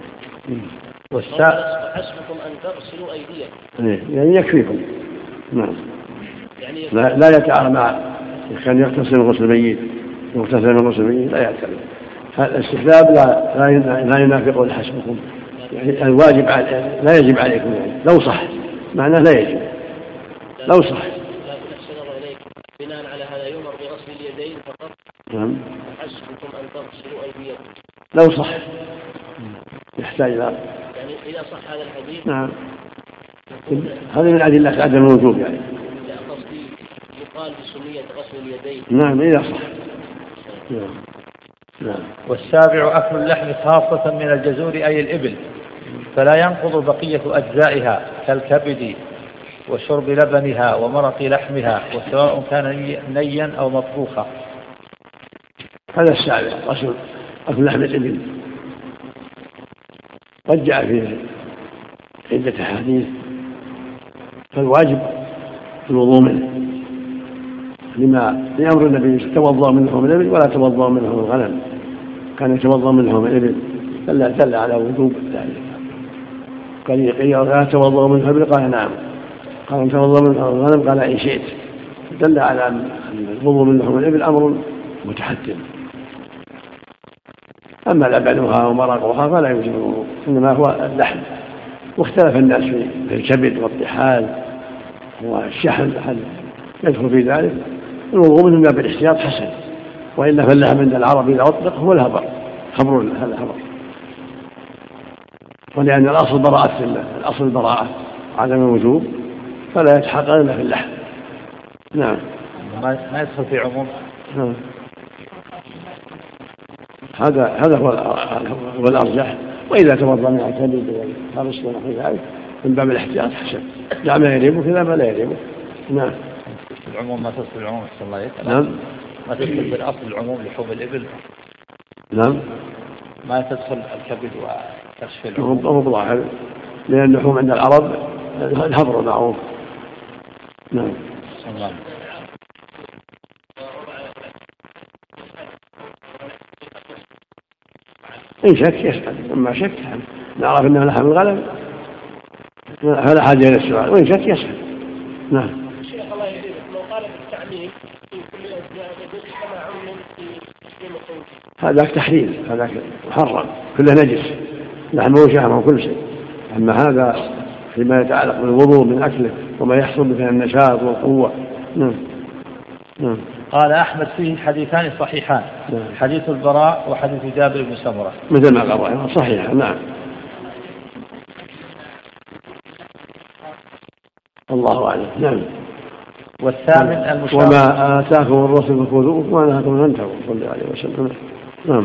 والساء حسبكم أن تغسلوا أيديكم يعني يكفيكم. نعم. يعني لا, لا يتعارض مع كان يغتسل غسل ميت يغتسل غسل ميت لا يعترض. الاستحلال لا لا لا ينافق حسبكم يعني الواجب لا يجب عليكم يعني لو صح معناه لا يجب لو صح. لكن أحسن الله إليك بناء على هذا يؤمر بغسل اليدين فقط. نعم. حسبكم أن تغسلوا أيديكم لو صح يحتاج إلى يعني إذا صح هذا الحديث. نعم. هذه من أدلة عدم الوجوب يعني. لا قصدي يقال بسنية غسل اليدين. نعم إذا صح. نعم. نعم. والسابع أكل اللحم خاصة من الجزور أي الإبل فلا ينقض بقية أجزائها كالكبد وشرب لبنها ومرق لحمها وسواء كان نيا أو مطبوخا. هذا السابع غسل أكل لحم الإبل قد جاء فيه عدة أحاديث فالواجب الوضوء منه لما لأمر النبي توضأ منهم الإبل ولا توضأ منهم الغنم كان يتوضأ منهم الإبل فلا دل على وجوب ذلك. قال قيل لا توضأ منهم الإبل قال نعم قال توضأ منهم الغنم قال إن شئت دل على أن الوضوء منهم الإبل أمر متحتم. أما لبنها ومرقها فلا يوجب الوضوء إنما هو اللحم. واختلف الناس في الكبد والطحال والشحم يدخل في ذلك. الوضوء من باب الاحتياط حسن وإلا فاللحم عند العرب إذا أطلق هو الهبر خبر هذا الهبر ولأن الأصل براءة الله الأصل براءة عدم الوجوب فلا يتحقق إلا في اللحم. نعم. ما يدخل في عموم. نعم. هذا هذا هو هو الأرجح. وإذا توضأ من الكبد والخرش ونحو ذلك من باب الاحتياط حسن لا ما يريبه كذا ما لا يريبه. نعم. العموم ما تصل العموم أحسن الله يسأل. نعم. ما تدخل بالأصل العموم لحوم الإبل. نعم. ما تدخل الكبد وكشف العموم. هو ظاهر لأن اللحوم عند العرب الهبر معروف. نعم. الله. إن شك يسأل أما شك نعرف أنه لحم الغنم فلا حاجة إلى السؤال وإن شك يسأل. نعم. شيخ الله يهديك لو قال بالتعليم في كل أجزاء الجزء كما عمل في مصروف هذاك تحريم هذاك محرم كله نجس لحمه وشحمه وكل شيء. أما هذا فيما يتعلق بالوضوء من أكله وما يحصل به النشاط والقوة. نعم. نعم. قال أحمد فيه حديثان صحيحان، نعم. حديث البراء وحديث جابر بن سمرة. مثل ما قال صحيح. نعم. الله أعلم. نعم. والثامن المشار. وما آتاكم الرسول فخذوه وما نهاكم عنه فانتهوا صلى الله عليه وسلم. نعم.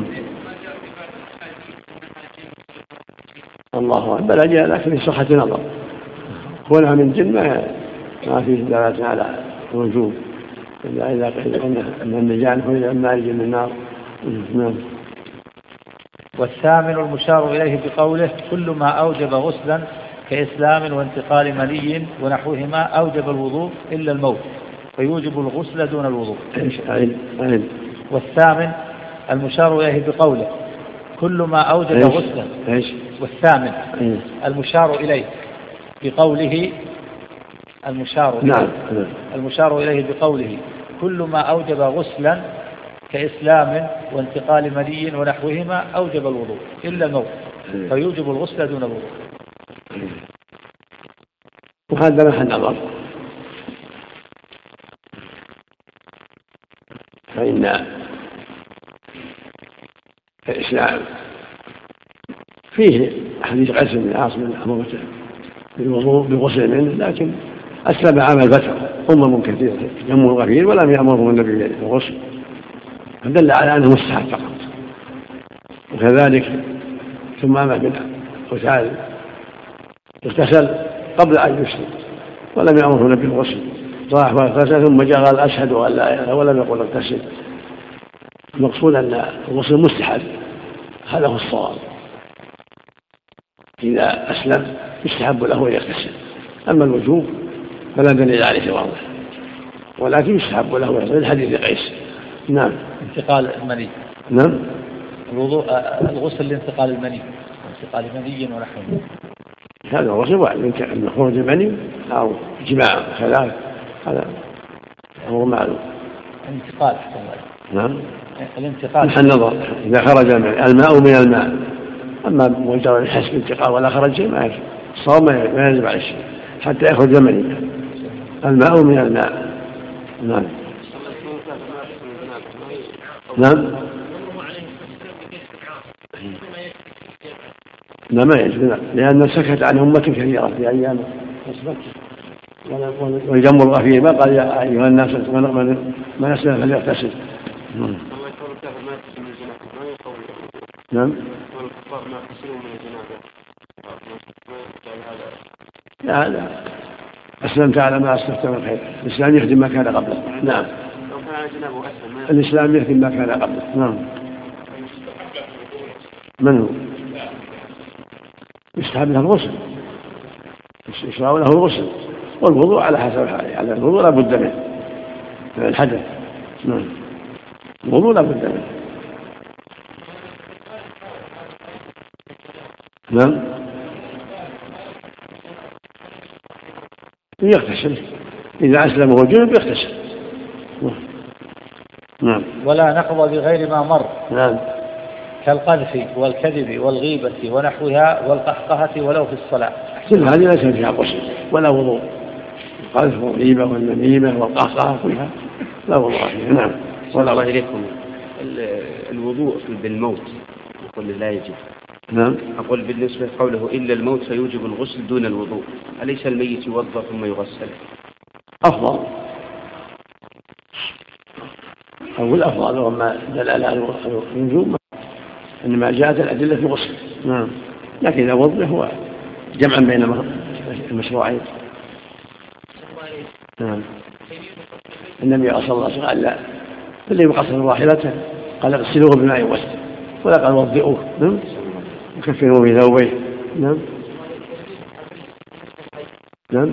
الله أعلم. بل جاء لكن في صحة نظر، كونها من جن ما ما فيه دلالة على الوجوب إلا إذا قيل أن النجاة فإذا ما يجي من النار. نعم. والثامن المشار إليه بقوله كل ما أوجب غسلا كإسلام وانتقال مني ونحوهما أوجب الوضوء إلا الموت فيوجب الغسل دون الوضوء. والثامن المشار إليه بقوله كل ما أوجب غسلا. والثامن المشار إليه بقوله المشار نعم. المشار إليه بقوله كل ما أوجب غسلا كإسلام وانتقال مني ونحوهما أوجب الوضوء إلا الموت فيوجب الغسل دون الوضوء. وهذا محل نظر، فإن الإسلام فيه حديث قيس بن عاصم من أمرته بالوضوء بغسل منه، لكن أسلم عمل فترة أمم كثيرة يم الغفير ولم يأمرهم النبي بالغسل، فدل على أنه مستحب فقط. وكذلك ثم أمر بن قتال اغتسل قبل أن يسلم ولم يأمره النبي بالغسل، راح واغتسل ثم جاء قال أشهد أن لا إله ولم يقل اغتسل. المقصود أن الغسل مستحب، هذا هو الصواب. إذا أسلم يستحب له أن يغتسل، أما الوجوب فلا دليل عليه واضح، ولكن يستحب له يغتسل حديث قيس. نعم. انتقال المني. نعم. الوضوء الغسل لانتقال المني انتقال مني ونحوه، هذا هو سواء من خروج المني أو جماع خلاف، هذا هو معلوم. الانتقال. نعم. الانتقال محل نظر إذا خرج الماء من الماء، أما مجرد الحس بالانتقال ولا خرج شيء ما يجب الصوم ما يجب على الشيء حتى يخرج المني، الماء من الماء. نعم. نعم. لا ما يجب، لأن سكت عن أمة كثيرة في أيام أصبت والجم الغفير ما قال يا أيها الناس من أسلم فليغتسل. نعم. لا لا أسلمت على ما أسلفت من خير، الإسلام يخدم ما كان قبله. نعم. الإسلام يخدم ما كان قبله. نعم. من هو؟ يستحب له الغسل، يشرع له الغسل والوضوء على حسب حاله، على الوضوء لا بد منه من الحدث. نعم. الوضوء لا بد منه. نعم. يغتسل إذا أسلم وهو جنب يغتسل. نعم. ولا نقض بغير ما مر. نعم. كالقذف والكذب والغيبة ونحوها والقهقهة ولو في الصلاة. كل هذه ليس فيها غسل ولا وضوء، القذف والغيبة والنميمة والقهقهة كلها لا وضوء فيها. نعم. صلى الله عليكم. الوضوء بالموت يقول لا يجب. نعم. أقول بالنسبة قوله إلا الموت فيوجب الغسل دون الوضوء، أليس الميت يوضأ ثم يغسل؟ أفضل، أو الأفضل وما دل على الوجوب إنما جاءت الأدلة في غسل. نعم. لكن إذا وضع هو جمعا بين المشروعين. نعم. النبي صلى الله عليه وسلم قال لا اللي يقصر راحلته قال اغسلوه بماء وسط ولا قال وضئوه. نعم. وكفنوه في ثوبيه. نعم. نعم.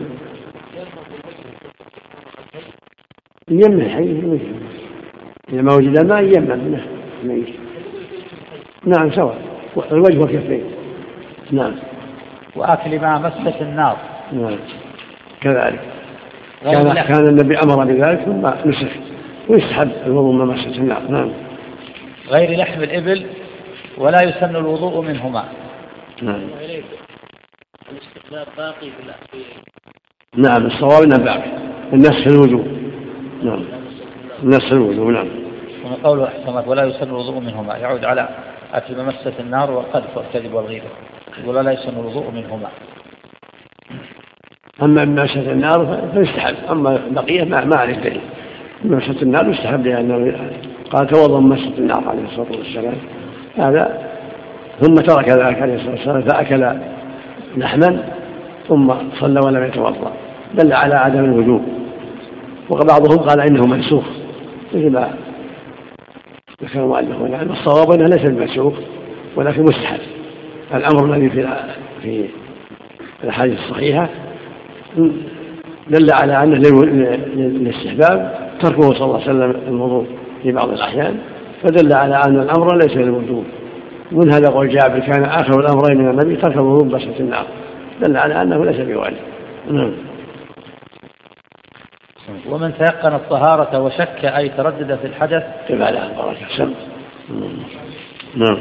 يمن حي إذا ما وجد الماء يمن منه. نعم سواء الوجه والكفين. نعم. وأكل ما مست النار. نعم. كذلك كان, كان النبي أمر بذلك ثم نسخ ويسحب الوضوء ما مست النار. نعم. غير لحم الإبل ولا يسن الوضوء منهما. نعم. الاستقبال باقي في نعم الصواب انه باقي النسخ الوجوب. نعم. نفس الوضوء. نعم. ومن قوله أحسنت ولا يسن الوضوء منهما يعود على أكل ممسة النار والقذف والكذب والغيبة، ولا لا يسن الوضوء منهما. أما ممسة النار فيستحب، أما بقية ما ما عليه دليل. ممسة النار يستحب لأنه قال توضأ ممسة النار عليه الصلاة والسلام هذا، ثم ترك ذلك عليه الصلاة والسلام فأكل لحما ثم صلى ولم يتوضأ، دل على عدم الوجوب. وبعضهم قال إنه منسوخ مثل ما ذكر المؤلف هنا. الصواب أنه ليس بمنسوخ ولكن مستحب. الأمر الذي في في الأحاديث الصحيحة دل على أنه للاستحباب تركه صلى الله عليه وسلم الوضوء في بعض الأحيان، فدل على أن الأمر ليس للوجوب. من هذا قول جابر كان آخر الأمرين من النبي ترك الوضوء بمسة النار، دل على أنه ليس بواجب. ومن تيقن الطهارة وشك أي تردد في الحدث كما لا بركة سم. نعم.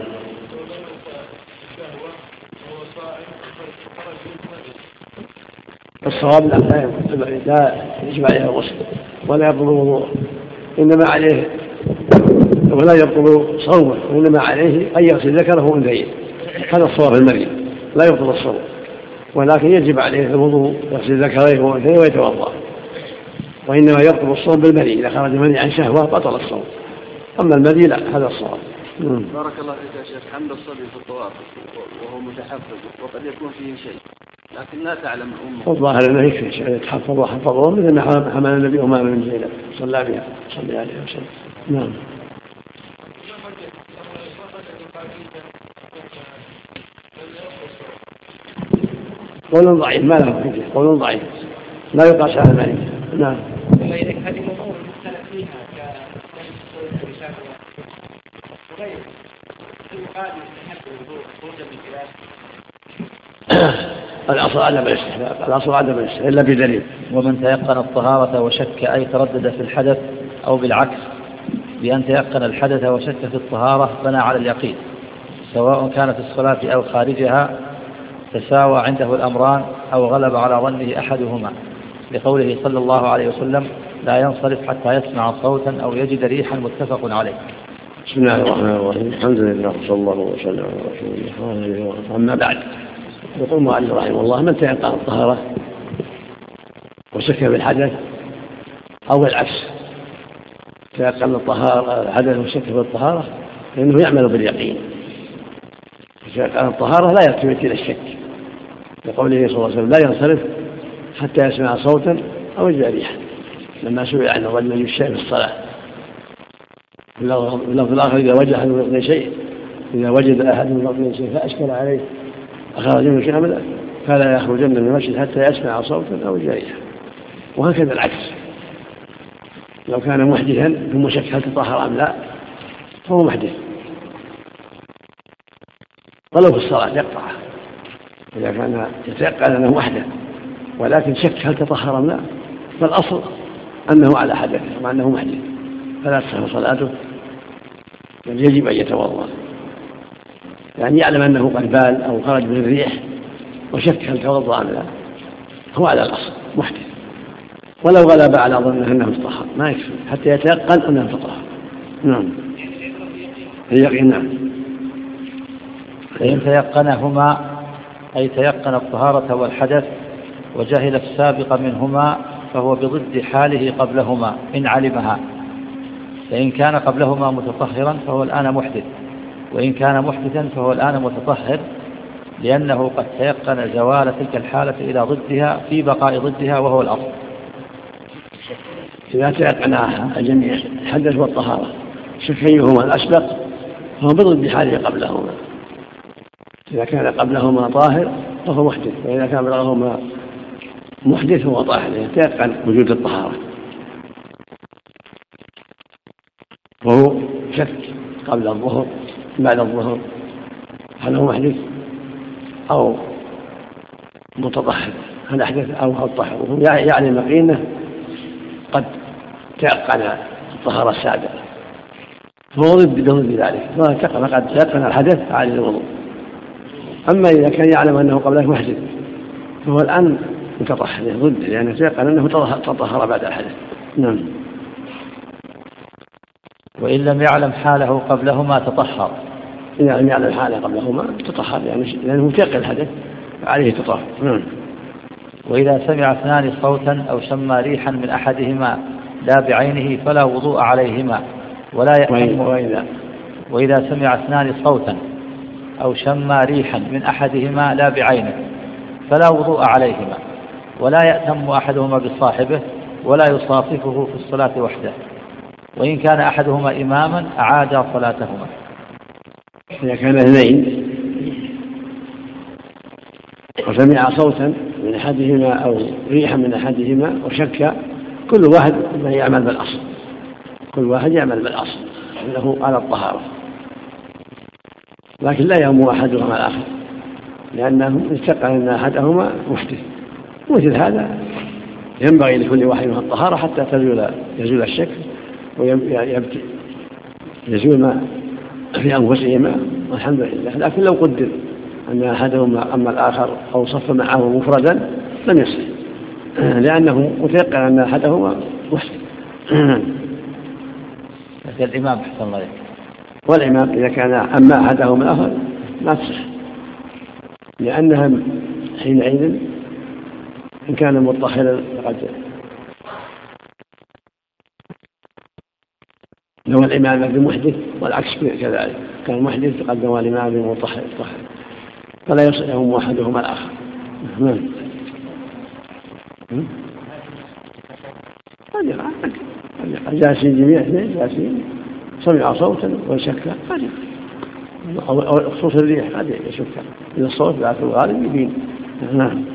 الصواب لا يجب عليه الغسل ولا يبطل وضوءه، إنما عليه ولا يبطل صومه، وإنما عليه أن يغسل ذكره وأنثيه. هذا الصواب المريض لا يبطل الصوم، ولكن يجب عليه الوضوء يغسل ذكره وأنثيه ويتوضأ. وإنما يبطل الصوم بالمني، إذا خرج المني عن شهوة بطل الصوم، أما المني لا، هذا الصواب. بارك الله فيك يا شيخ. حمل الصبي في الطواف وهو متحفظ وقد يكون فيه شيء لكن لا تعلم أمه. والظاهر أنه يكفي شيء يتحفظ وحفظه مثل ما حمل النبي أمامه من زينب صلى بها صلى عليه وسلم. نعم. قول ضعيف ما له حجة، قول ضعيف لا يقاس على المالك. نعم. الأصل عدم الاستحباب، الأصل عدم الاستحباب إلا بدليل. ومن تيقن الطهارة وشك أي تردد في الحدث أو بالعكس بأن تيقن الحدث وشك في الطهارة بنى على اليقين، سواء كانت الصلاة أو خارجها تساوى عنده الأمران أو غلب على ظنه أحدهما، لقوله صلى الله عليه وسلم لا ينصرف حتى يسمع صوتا أو يجد ريحا، متفق عليه. بسم الله الرحمن الرحيم. الحمد لله صلى الله وسلم على رسول الله. أما بعد، يقول المؤلف رحمه الله من تيقن الطهارة وشك بالحدث أو العكس، تيقن الطهارة الحدث وشك بالطهارة لأنه يعمل باليقين. تيقن الطهارة لا يلتفت إلى الشك، لقوله صلى الله عليه وسلم لا ينصرف حتى يسمع صوتا أو يجد ريحا، لما سئل عن الرجل يشاء في الصلاة. في اللفظ الآخر إذا وجد أحد من شيء إذا وجد أحد من شيء فأشكل عليه أخرج منه كاملا فلا يخرجن من المسجد حتى يسمع صوتا أو يجد ريحا. وهكذا العكس، لو كان محدثا ثم شك هل تطهر أم لا فهو محدث ولو في الصلاة يقطعه، إذا كان يتيقن أنه محدث ولكن شك هل تطهر أم لا فالأصل أنه على حدث مع أنه محدث فلا تصح صلاته، بل يجب أن يتوضأ، يعني يعلم أنه قد بال أو خرج من الريح وشك هل توضأ أم لا هو على الأصل محدث، ولو غلب على ظنه أنه تطهر ما يكفي حتى يتيقن أنه تطهر. نعم. اليقين. نعم. فإن تيقنهما أي تيقن الطهارة والحدث وجهل السابق منهما فهو بضد حاله قبلهما إن علمها، فإن كان قبلهما متطهرا فهو الآن محدث، وإن كان محدثا فهو الآن متطهر، لأنه قد تيقن زوال تلك الحالة إلى ضدها في بقاء ضدها وهو الأصل. إذا تيقن الجميع الحدث والطهارة شك أيهما الأسبق فهو بضد حاله قبلهما، إذا كان قبلهما طاهر فهو محدث، وإذا كان قبلهما محدث هو طاهر يتيقن وجود الطهارة، وهو شك قبل الظهر بعد الظهر هل هو محدث أو متطهر، هل أحدث أو هل طهر، يعني مقينة قد تيقن الطهارة السابقة فهو ضد ضد ذلك، فقد تيقن الحدث على الوضوء. أما إذا كان يعلم أنه قبله محدث فهو الآن متطهر ضد، لأنه تيقن أنه تطهر بعد الحدث. نعم. وإن لم يعلم حاله قبلهما تطهر. إذا لم يعلم حاله قبلهما تطهر يعني لأنه متيقن الحدث فعليه تطهر. وإذا سمع اثنان صوتا أو شم ريحا من أحدهما لا بعينه فلا وضوء عليهما ولا يأتم. وإذا, وإذا سمع اثنان صوتا أو شم ريحا من أحدهما لا بعينه فلا وضوء عليهما ولا يأتم أحدهما بصاحبه ولا يصاففه في الصلاة وحده، وإن كان أحدهما إماما أعاد صلاتهما. إذا كان اثنين وسمع صوتا من أحدهما أو ريحا من أحدهما وشك، كل واحد يعمل بالأصل، كل واحد يعمل بالأصل أنه على الطهارة، لكن لا يهم أحدهما الآخر لأنه استقل أن أحدهما محدث. مثل هذا ينبغي لكل واحد منها الطهارة حتى تزول يزول الشك ويزول ما في أنفسهما والحمد لله. لكن لو قدر أن أحدهما أما الآخر أو صف معه مفردا لم يصح لأنه متيقن أن أحدهما محدث. الإمام حسن الله، والإمام إذا كان أما أحدهما الآخر لا تصح، لأنها حينئذ إن كان مطهرا فقد نوى الإمام بمحدث، والعكس كذلك كان محدث تقدم الإمام بمطهر فلا يصلهم أحدهما الآخر. جالسين جميع اثنين جالسين سمع صوتا وشك أو صوت الريح قد يشك إذا الصوت ذات الغالب يبين. نعم.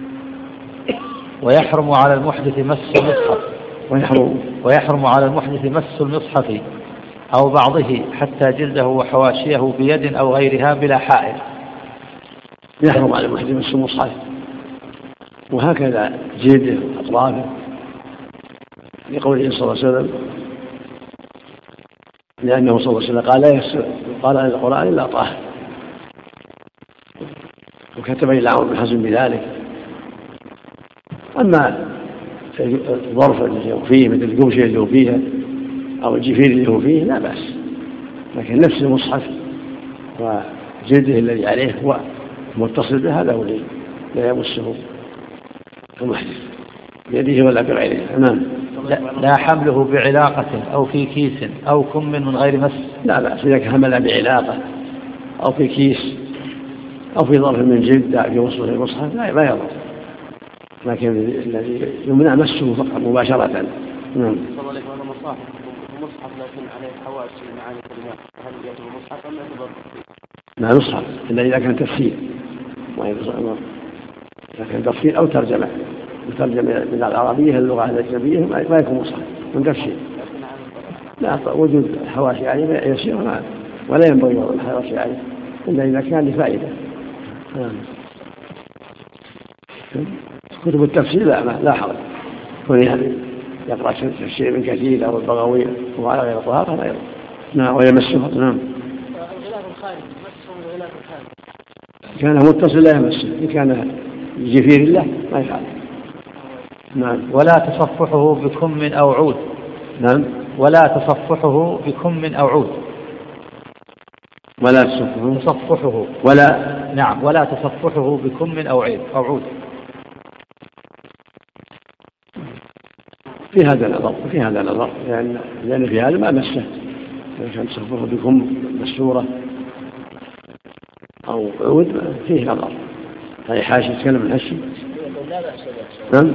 ويحرم على المحدث مس المصحف ويحرم ويحرم على المحدث مس المصحف أو بعضه حتى جلده وحواشيه بيد أو غيرها بلا حائل. يحرم على المحدث مس المصحف وهكذا جلده وأطرافه لقوله صلى الله عليه وسلم، لأنه صلى الله عليه وسلم قال لا يسر قال عن القرآن إلا طاهر، وكتب إلى عمر بن حزم بذلك. أما الظرف اللي هو فيه مثل القمشة اللي هو فيها أو الجفير اللي هو فيه لا بأس، لكن نفس المصحف وجلده الذي عليه هو متصل به هذا هو الذي لا يمسه المحدث بيده ولا بغيره. نعم. لا, لا حمله بعلاقة أو في كيس أو كم من غير مس لا بأس إذا حمل بعلاقة أو في كيس أو في ظرف من جلد في وسط المصحف لا يضر، لكن الذي يمنع مسه فقط مباشرة. نعم. صلى الله عليه وسلم مصحف لكن عليه حواشي معاني كلمات، هل يعتبر مصحف أم يعتبر؟ لا مصحف إلا إذا كان تفسير، إذا كان تفسير أو ترجمة مترجم من العربية اللغة الأجنبية ما يكون مصحف من تفسير. لا وجود حواشي عليه يسير ولا ينبغي وضع الحواشي عليه إلا إذا كان لفائدة. كتب التفسير لا لا حرج، كون يقرأ تفسير من كثير أو البغوي وعلى غير طهارة لا يضر. نعم. ويمسه. نعم. الغلاف الخارجي مسه الغلاف الخارجي كان متصل لا يمسه، إن كان جفير الله ما يفعل. نعم. ولا تصفحه بكم أو عود. نعم. ولا تصفحه بكم أو عود. ولا تصفحه تصفحه ولا نعم ولا تصفحه بكم أو عيد أو عود. في هذا نظر في هذا نظر لأن لأن في هذا ما مسه، كان تصفحه بكم مسورة أو عود فيه نظر. هاي حاشي يتكلم عن هالشيء. نعم.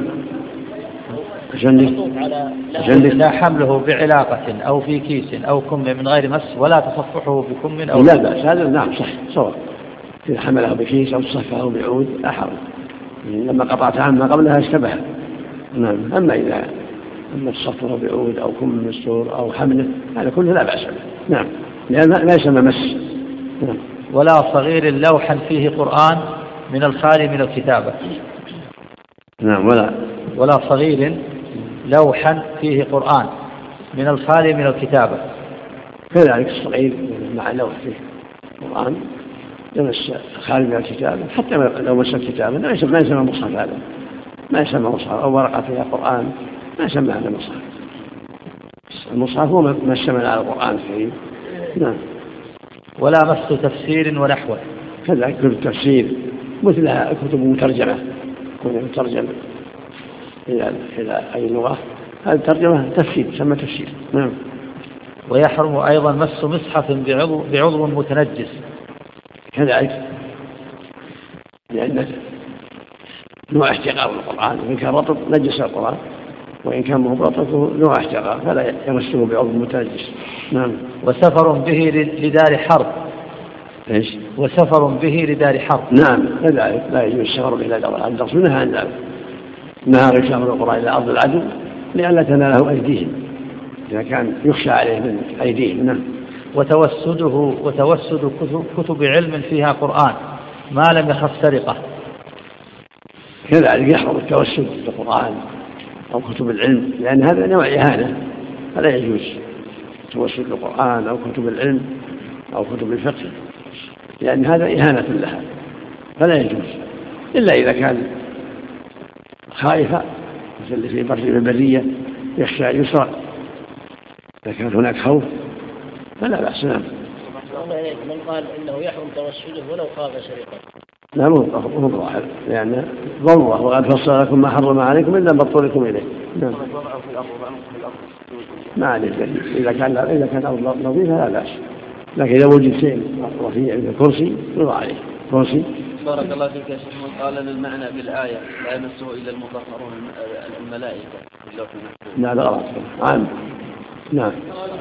لا حمله بعلاقة أو في كيس أو كم من غير مس ولا تصفحه بكم أو لا بأس هذا. نعم صح صور إذا حمله بكيس أو تصفحه بعود لا حرج، لما قطعت عما قبلها اشتبه. نعم. أما إذا أما تصفحه بعود أو كم مستور أو حمله هذا كله لا بأس به. نعم. لأن لا يسمى مس. نعم. ولا صغير لوحا فيه قرآن من الخالي من الكتابة. نعم. ولا ولا صغير لوحا فيه قرآن من الخالي من الكتابة. كذلك الصغير مع لوح فيه قرآن يمس خالي من الكتابة، حتى لو مس الكتابة ما يسمى مصحف، هذا ما يسمى مصحف، أو ورقة فيها قرآن ما يسمى هذا مصحف. المصحف هو ما اشتمل على القرآن الكريم. نعم. ولا مس تفسير ونحوه. كذلك كتب التفسير مثلها كتب مترجمة كتب مترجمة إلى إلى أي لغة، هذه الترجمة تفسير تسمى تفسير. نعم. ويحرم أيضا مس مصحف بعضو, بعضو متنجس. كذلك لأن نوع احتقار القرآن، وإن كان رطب نجس القرآن، وإن كان مو رطب نوع احتقار فلا يمسه بعضو متنجس. نعم. وسفر به لدار حرب. إيش؟ وسفر به لدار حرب. نعم كذلك لا يجوز السفر إلى دار الحرب. الرسول نهى عن ذلك، نهى يسافر القرآن إلى أرض العدو لئلا تناله أيديهم إذا كان يخشى عليه من أيديهم. نعم. وتوسده وتوسد كتب علم فيها قرآن ما لم يخف سرقة. كذلك يحرم التوسد بالقرآن أو كتب العلم، لأن هذا نوع إهانة، فلا يجوز التوسد بالقرآن أو كتب العلم أو كتب الفقه، لأن هذا إهانة لها فلا يجوز، إلا إذا كان خائفا مثل اللي في بر البرية يخشى أن يسرق، إذا كان هناك خوف فلا بأس. نعم. من قال إنه يحرم توسده ولو خاف سرقة؟ لا مو ظاهر، لأن ضرورة، وقد فصل لكم ما حرم عليكم إلا ما اضطررتم إليه. نعم. ما عليه دليل، إذا كان إذا كان أرض نظيفة لا بأس، لكن إذا وجد شيء رفيع مثل الكرسي يوضع عليه كرسي. بارك الله فيك يا شيخ. من قال المعنى بالآية لا يمسه إلا المطهرون الملائكة اللوح المحفوظ. لا لا غلط عام. نعم.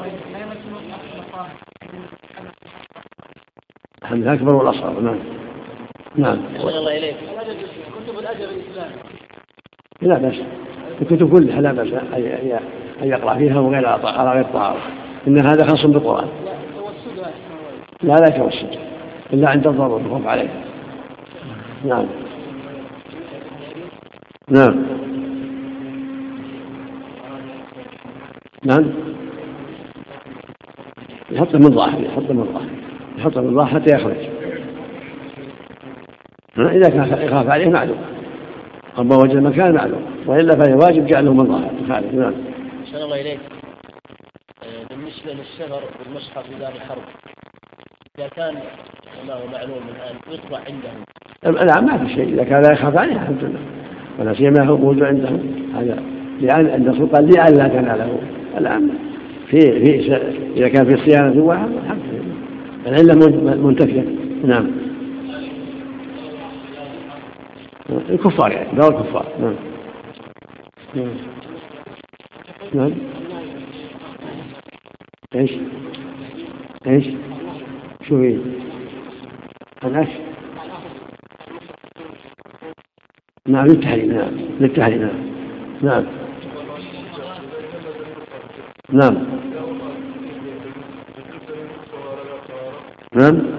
الحمد الأكبر والأصغر. نعم. نعم. الله إليك. كتب الأدب الإسلامي لا بأس، الكتب كلها لا بأس أن يقرأ فيها وغير على غير طهارة، إن هذا خاص بالقرآن. لا لا توسد إلا عند الضرورة الخوف عليه. نعم. نعم. نعم. يحط من ظاهر يحط من ظاهر يحط من ظاهر حتى يخرج. إذا كان يخاف عليه معلوم، أما وجد المكان معلوم، وإلا فهي واجب جعله من ظاهر يخالف. نعم. أحسن الله إليك. بالنسبة للسفر بالمصحف في دار الحرب، إذا كان كما هو معلوم الآن يطبع عندهم، لا ما في شيء، إذا كان لا يخاف عليه الحمد لله، ولا سيما هو موجود عندهم، هذا لأن عند الرسول قال لأن لا تناله. الآن في في إذا كان في صيانة واحد الحمد لله العلة منتفية. نعم. الكفار يعني دار الكفار. نعم. نعم. نعم. ايش ايش شو هي الناس؟ نعم للتحريم. نعم للتحريم. نعم. نعم. نعم. نعم.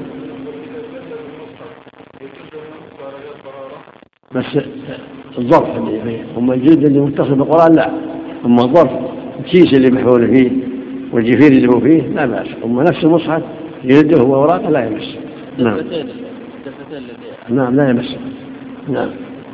بس الظرف اللي فيه، أما الجلد اللي متصل بالقرآن لا، أما الظرف الكيس اللي محفول فيه والجفير اللي هو فيه لا بأس، أما نفس المصحف جلده وأوراقه لا يمس. نعم. نعم لا يمس. نعم.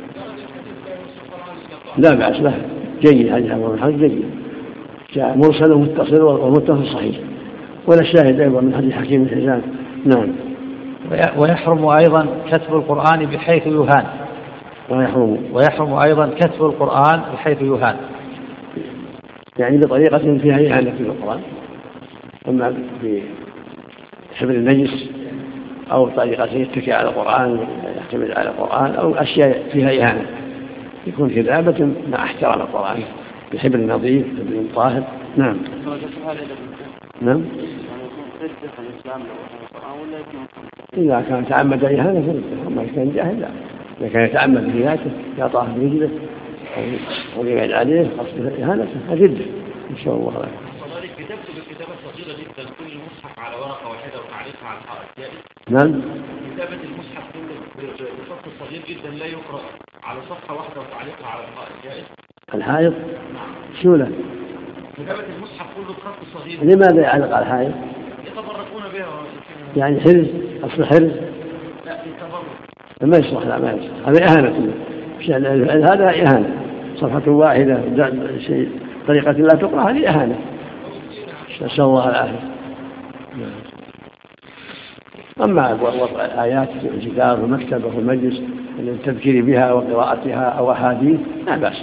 لا بأس له جيد، هذا هو الحديث جيد، جاء مرسل ومتصل والمتصل صحيح، ولا الشاهد أيضا من حديث حكيم بن حزام. نعم. ويحرم أيضا كتب القرآن بحيث يهان. ويحرم ويحرم أيضا كتب القرآن بحيث يهان، يعني بطريقة فيها إهانة في القرآن، أما بحبر النجس أو طريقة يتكئ على القرآن يعتمد على القرآن أو أشياء فيها إهانة، يكون كذابة مع احترام القرآن بحبر نظيف بحبر طاهر. نعم. نعم. إذا كان تعمد إهانة فرده، أما كان جاهل لا. إذا كان يتعمد في ذاته يطاح برجله أو يبعد عليه قصد إهانته هجده إن شاء الله. وذلك كتابته بالكتابة الصغيرة جدا، كل مصحف على ورقة واحدة وتعليقها على الحائط. نعم. كتابة المصحف كله بخط صغير جدا لا يقرأ على صفحة واحدة وتعليقها على الحائط جائز؟ الحائط؟ شو له؟ كتابة المصحف كله بخط صغير. لماذا يعلق على الحائط؟ يتبركون بها. يعني حرز، أصل حرز؟ لا يتبرك. ما يصلح، لا ما يصلح، هذا إهانة. هذا إهانة، صفحة واحدة شيء طريقة لا تقرأ هذه إهانة. نسأل الله العافية. أما وضع الآيات في الجدار والمكتب وفي المجلس للتذكير بها وقراءتها أو أحاديث لا بأس.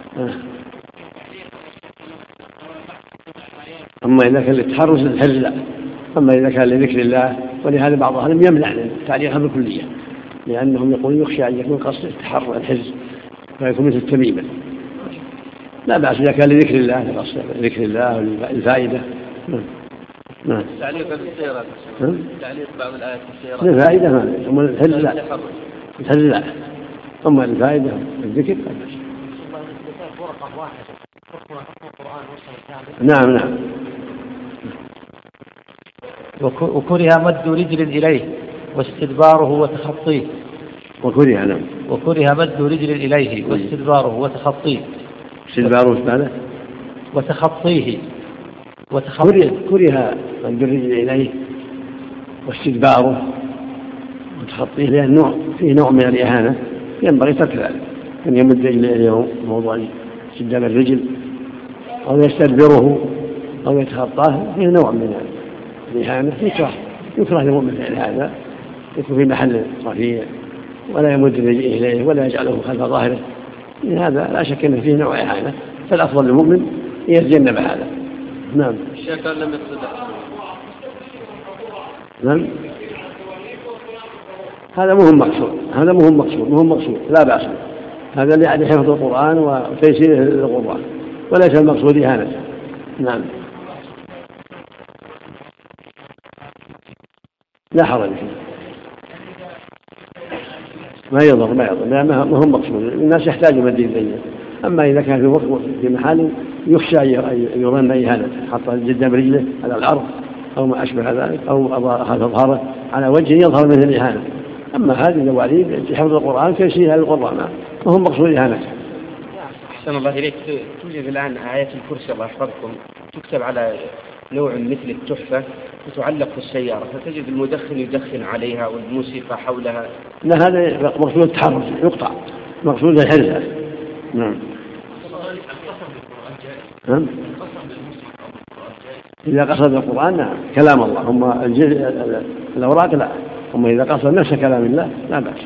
أما إذا كان للتحرز الحرز لا. أما إذا كان لذكر الله، ولهذا بعض أهلهم يمنع تعليقها بالكلية، لأنهم يقولون يخشى أن يكون قصد التحرز الحرز فيكون مثل التميمة. لا بأس إذا كان لذكر الله، لقصد ذكر الله والفائدة. نعم. تعليق السيارات. تعليق بعض الآيات السيارات. الفائدة ما ثم الحرز لا. الحرز لا. أما الفائدة الذكر لا بأس. نعم نعم. وكره مد رجل إليه واستدباره وتخطيه. وكره نعم. وكره مد رجل إليه واستدباره وتخطيه. استدباره ماذا؟ وتخطيه. وتخطيه. كره مد الرجل إليه واستدباره وتخطيه، لأن نوع فيه نوع من الإهانة ينبغي ترك ذلك، أن يمد إليه موضوع استدبار الرجل أو يستدبره أو يتخطاه، فيه نوع من الإهانة يكره يكره للمؤمن فعل هذا، يكون في محل رفيع ولا يمد رجله إليه ولا يجعله خلف ظاهره، هذا لا شك أن فيه نوع إهانة، فالأفضل للمؤمن يتجنب هذا. نعم. الشيخ لم يقصد. نعم. هذا مهم مقصود، هذا مهم مقصود مهم مقصود لا بأس، هذا يعني حفظ القرآن وتيسيره للقرآن، وليس المقصود إهانته. نعم. لا حرج فيه، ما يضر ما يضر لا ما هم مقصود، الناس يحتاجوا مدين بينه. أما إذا كان في وقت في محل يخشى أن يظن إهانته، حط جدا برجله على الأرض أو ما أشبه ذلك، أو أخذ ظهره على وجه يظهر مثل الإهانة. أما هذه الوعيد حفظ القرآن تيسيرها للقرآن ما هم مقصود إهانته. أحسن الله إليك. توجد الآن آيات الكرسي الله يحفظكم تكتب على نوع مثل التحفة وتعلق في السيارة، فتجد المدخن يدخن عليها والموسيقى حولها. لا هذا مقصود التحرش يقطع، مقصود الحرزة. نعم. نعم. إذا قصد القرآن نعم كلام الله، هم الأوراق لا، هم إذا قصد نفس كلام الله لا بأس.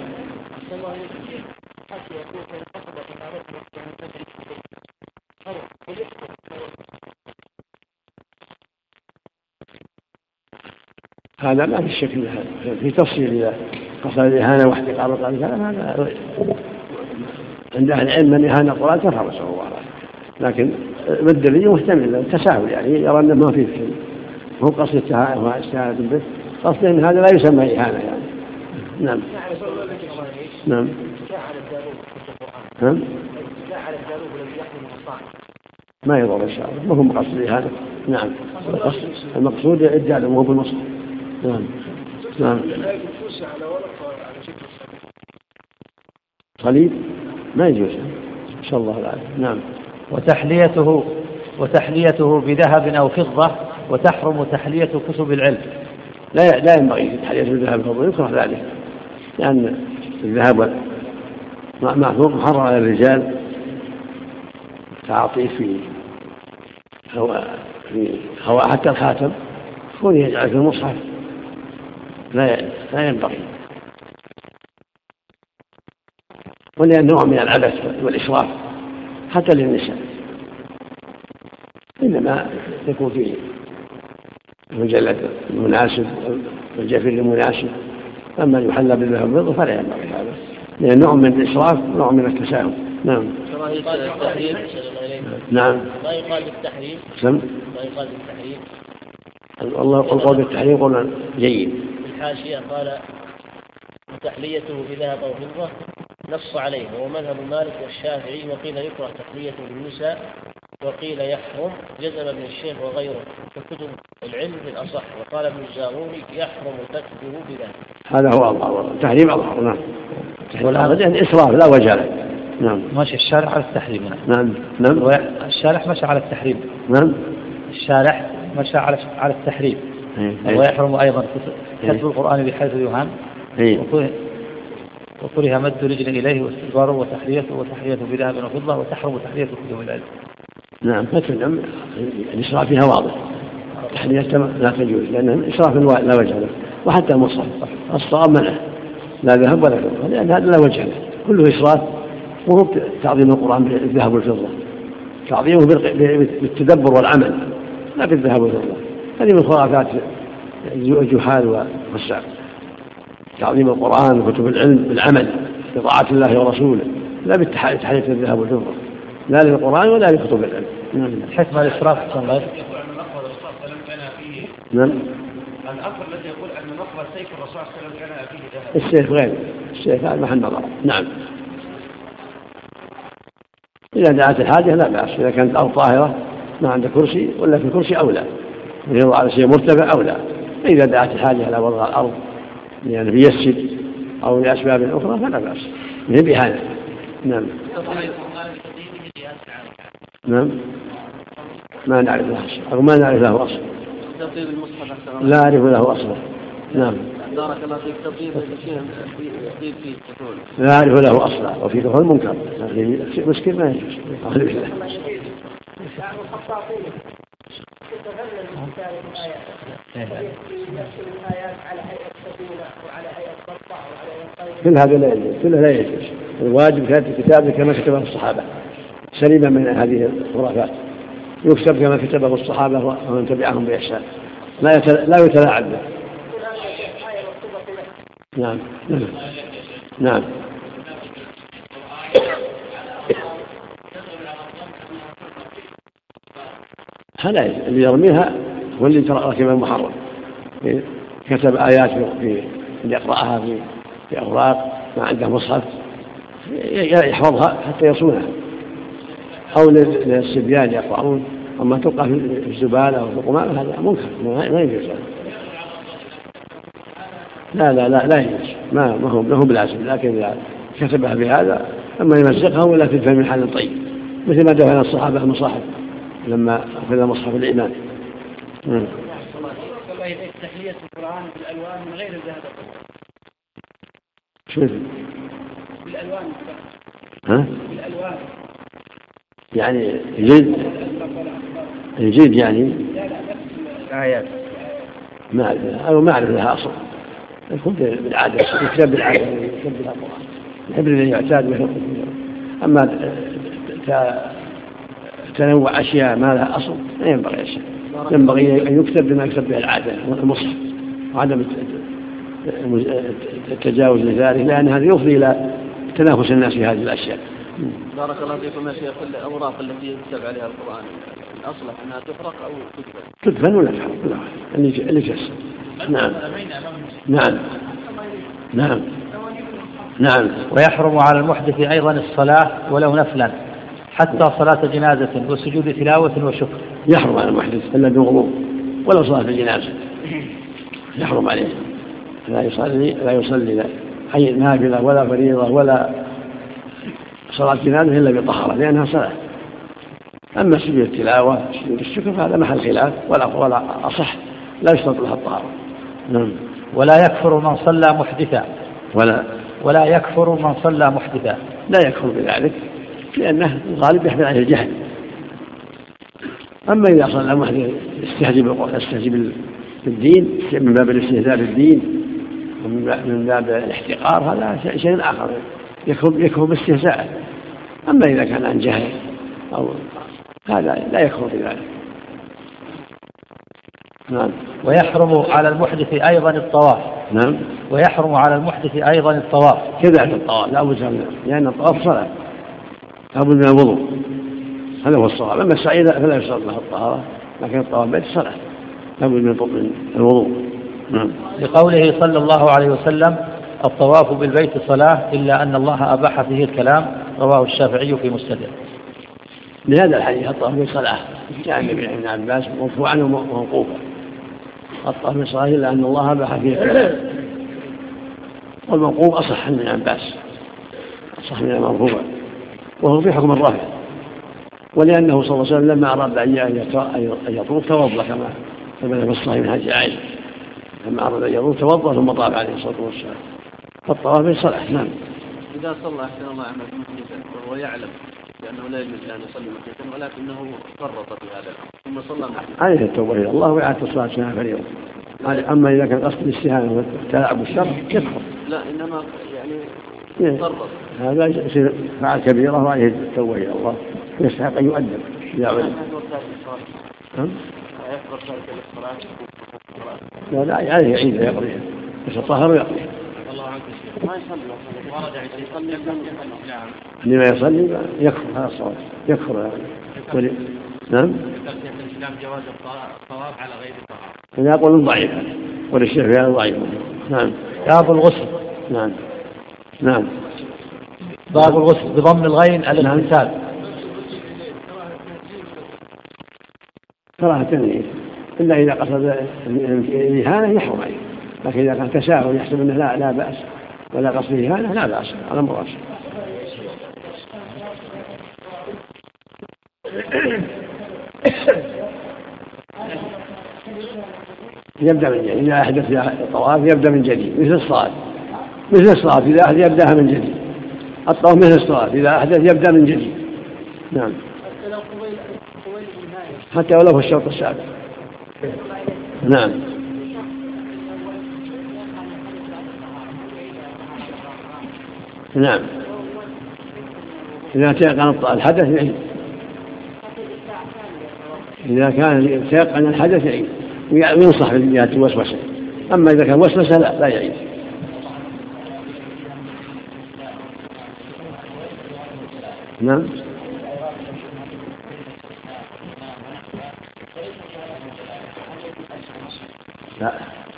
هذا ما في الشكل هذا في تفصيل إذا قصد الإهانة واحتقار الكلام، هذا عند أهل العلم من إهانة القرآن كفر نسأل الله العافية، لكن بالدليل محتمل التساهل، يعني يرى أنه ما فيه شيء، هو قصد التهانة به، قصد أن هذا لا يسمى إهانة يعني. نعم. نعم. نعم. ما يضر إن شاء الله، ما هو مقصد الإهانة. نعم. المقصود إدعاء وهو بالمصحف. نعم. نعم. صليب ما يجوز إن شاء الله العافية. نعم. وتحليته وتحليته بذهب أو فضة، وتحرم تحلية كتب العلم. لا لا ينبغي تحلية الذهب والفضة، يكره ذلك، لأن الذهب محرم على الرجال تعاطيه في هواء في هواء حتى الخاتم كون يجعل في المصحف لا لا ينبغي، ولأن نوع من العبث والإسراف حتى للنساء، إنما يكون فيه المجلد المناسب والجفر المناسب، أما يحلى بالذهب والفضة فلا ينبغي هذا، لأن نوع من الإسراف نوع من التساهل. نعم. نعم. ما يقال بالتحريم. سم. ما يقال بالتحريم. الله القول بالتحريم قولا جيد. الحاشية قال وتحليته بذهب أو فضة نص عليه، وهو مذهب مالك والشافعي، وقيل يكره تحليته بالنساء، وقيل يحرم، جزم ابن الشيخ وغيره ككتب العلم بالأصح، وقال ابن الزاغوري يحرم تكتبه بذلك. هذا هو الله تحريم أظهر. نعم. تحريم إسراف لا وجه له. نعم. ماشي الشارع على التحريم. نعم. نعم. الشارع مشى على التحريم. نعم. الشارع مشى على على التحريم. ويحرم أيضا كتب القرآن بحيث يهان. وكره مد رجل إليه واستدباره وتحليته وتحليته بذهب وفضة، وتحرم تحلية كتب العلم. نعم. فتنم الإسراف فيها واضح، التحلية لا تجوز لأنه إسراف لا وجه له، وحتى المصحف الصواب منعه لا ذهب ولا فضة لأن هذا لا وجه له، كله إسراف وهو تعظيم القرآن بالذهب والفضة، تعظيمه بالتدبر والعمل لا بالذهب والفضة. هذه من خرافات الجهال والسعر، تعظيم القرآن وكتب العلم بالعمل بطاعة الله ورسوله لا بالتحلية الذهب والفضة، لا للقرآن ولا لكتب العلم. الحكمة الإسراف نعم. الأخر الذي يقول أن نقض سيف الرسول صلى الله عليه وسلم كان فيه ذهب. السيف غير السيف هذا محل نظر. نعم. إذا دعت الحاجة لا بأس، إذا كانت الأرض طاهرة ما عند كرسي ولا في كرسي أولى، ويضع على شيء مرتفع أولى. إذا دعت الحاجة إلى وضع الأرض يعني بيسجد أو لأسباب أخرى فلا بأس، هي بحاجة. نعم. نعم. ما نعرف له أو ما نعرف له أصل. تطيب المصحف لا أعرف له أصلا. نعم. بارك الله فيك. تطيب شيء يطيب فيه كحول. لا أعرف له أصلا، وفي كحول منكر، شيء مسكين ما يجوز. كل هذا لا يجوز، كل لا يجوز. الواجب كتابة الكتاب كما كتبه الصحابة سليما من هذه الخرافات، يكتب كما كتبه الصحابة ومن تبعهم بإحسان، لا لا يتلاعب به. نعم نعم نعم. هذا اللي يرميها واللي تركب المحرم، كتب آيات في اللي يقرأها في في أوراق ما عنده مصحف يحفظها حتى يصونها، أو للصبيان يقرؤون، أما تلقى في الزبالة أو في القمامة هذا منكر ما يجوز. لا لا لا لا يجوز، ما ما هو ما هو بلازم، لكن إذا كتبها بهذا أما يمسكها ولا تدفن من حال طيب، مثل ما دفن الصحابة المصاحف لما أخذ مصحف الإمام. تحلية القرآن بالألوان من غير الذهب. شو مثل؟ بالألوان. ها؟ بالألوان. يعني جلد الجلد يعني. آيات. ما أعرف أو ما أعرف لها أصل. يكون بالعادة، يكتب بالعادة، يكتب بها القرآن. الحبر الذي يعتاد به. أما تنوع أشياء ما لها أصل ما ينبغي أشياء. ينبغي أن يكتب بما يكتب به العادة المصحف، وعدم التجاوز لذلك، لأن هذا يفضي إلى تنافس الناس في هذه الأشياء. بارك الله فيكم يا شيخ. الأوراق التي يكتب عليها القرآن الأصلح أنها تحرق أو تدفن؟ تدفن ولا تحرق؟ لا، اللي اللي جالس. نعم نعم نعم نعم. ويحرم على المحدث أيضا الصلاة ولو نفلا حتى صلاة جنازة وسجود تلاوة وشكر. يحرم على المحدث إلا بوضوء ولو صلاة الجنازة، يحرم عليه، لا يصلي لا يصلي أي نافلة ولا فريضة ولا صلاة جنازة إلا بطهارة لأنها صلاة. أما سجود التلاوة سجود الشكر فهذا محل خلاف ولا ولا أصح، لا يشترط لها الطهارة. نعم. ولا يكفر من صلى محدثا. ولا ولا يكفر من صلى محدثا. لا يكفر بذلك لأنه الغالب يحمل عليه الجهل. أما إذا صلى محدث يستهزئ يستهزئ بالدين من باب الاستهزاء بالدين ومن باب الاحتقار هذا شيء آخر، يكفر يكفر باستهزاء. أما إذا كان عن جهل أو هذا لا يكفر بذلك. نعم. ويحرم على المحدث أيضا الطواف. نعم. ويحرم على المحدث أيضا الطواف. كذلك الطواف لا بد منه لأن الطواف صلاة لا بد من الوضوء، هذا هو الصواب. أما السعي فلا يشترط له الطهارة، لكن الطواف بيت الصلاة لا بد من الوضوء. نعم. لقوله صلى الله عليه وسلم الطواف بالبيت صلاة إلا أن الله أباح فيه الكلام، رواه الشافعي في مسنده. لهذا الحديث الطواف بالصلاة جاء النبي ابن عباس مرفوعا وموقوفا، الطواف بالصلاة إلا أن الله أباح فيه الكلام، والموقوف أصح من عباس أصح من المرفوع، وهو في حكم الرفع، ولأنه صلى الله عليه وسلم لما أراد أن يطوف توضأ كما ثبت في الصحيح من حديث عائشة، لما أراد أن يطوف توضأ ثم طاف عليه الصلاة والسلام، فالطواف بالصلاة. نعم. إذا صلى أحسن الله عمله وهو يعلم لأنه لا يجوز أن يصلي مكة ولكنه فرط في هذا ثم صلى معه. عليه التوبة إلى الله وإعادة الصلاة سنة فريضة. أما إذا كان قصد الاستهانة والتلاعب بالشر يكفر. لا إنما يعني فرط. هذا يصير فعل كبيرة وعليه التوبة إلى الله يستحق أن يؤدب إذا علم. لا لا عليه يعيد يقضيها بس الطاهر يقضيها. ما يصلي ورد يصلي لما يصلي يكفر هذا الصواب يكفر ولي... نعم الإسلام جواز الطواف على غير الطهارة. أنا أقول ضعيف وللشافعي هذا ضعيف. نعم. باب الغسل. نعم نعم. باب الغسل بضم الغين الاغتسال. كراهة تنهي إلا إذا قصد الإهانة يحرم عليه، لكن إذا كان تساهل يحسب أنه لا لا بأس ولا قصد الإهانة لا بأس على مراسل. يبدأ من جديد إذا أحدث الطواف يبدأ من جديد مثل الصلاة مثل الصلاة إذا أحدث يبدأها من جديد. الطواف مثل الصلاة إذا أحدث يبدأ من جديد. نعم. حتى ولو في الشوط السابق. نعم. نعم. إذا تيقن الحدث يعيد. إذا كان تيقن الحدث يعيد وينصح بجهة الوسوسة. أما إذا كان وسوسة لا لا يعيد. نعم. لا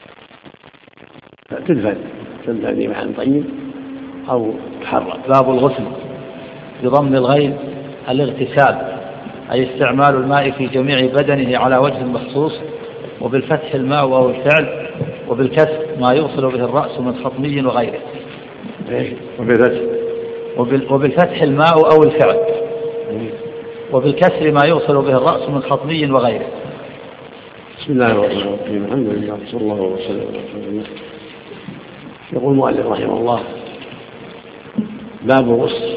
تدفن تدفن في مكان طيب أو تحرك. باب الغسل بضم الغين الاغتسال أي استعمال الماء في جميع بدنه على وجه مخصوص، وبالفتح الماء أو الفعل، وبالكسر ما يغسل به الرأس من خطمي وغيره. وبالفتح وبالفتح الماء أو الفعل، وبالكسر ما يغسل به الرأس من خطمي وغيره. بسم الله الرحمن الرحيم. الحمد لله صلى الله وسلم على رسول الله. يقول المؤلف رحمه الله باب الغسل.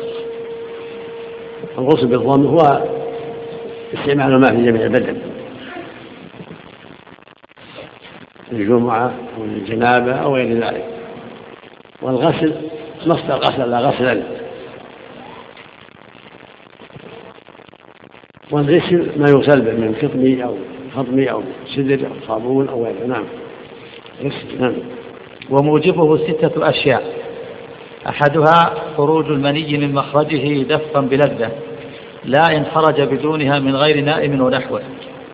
الغسل بالضم هو استعمال الماء في جميع البدن، الجمعة أو الجنابة أو غير ذلك. والغسل مصدر غسل لا غسلا، والغسل ما يغسل من خطمي أو خطمي أو سدر أو صابون أو غيره. نعم. نعم. وموجبه ستة أشياء، أحدها خروج المني من مخرجه دفقا بلذة لا إن خرج بدونها من غير نائم ونحوه.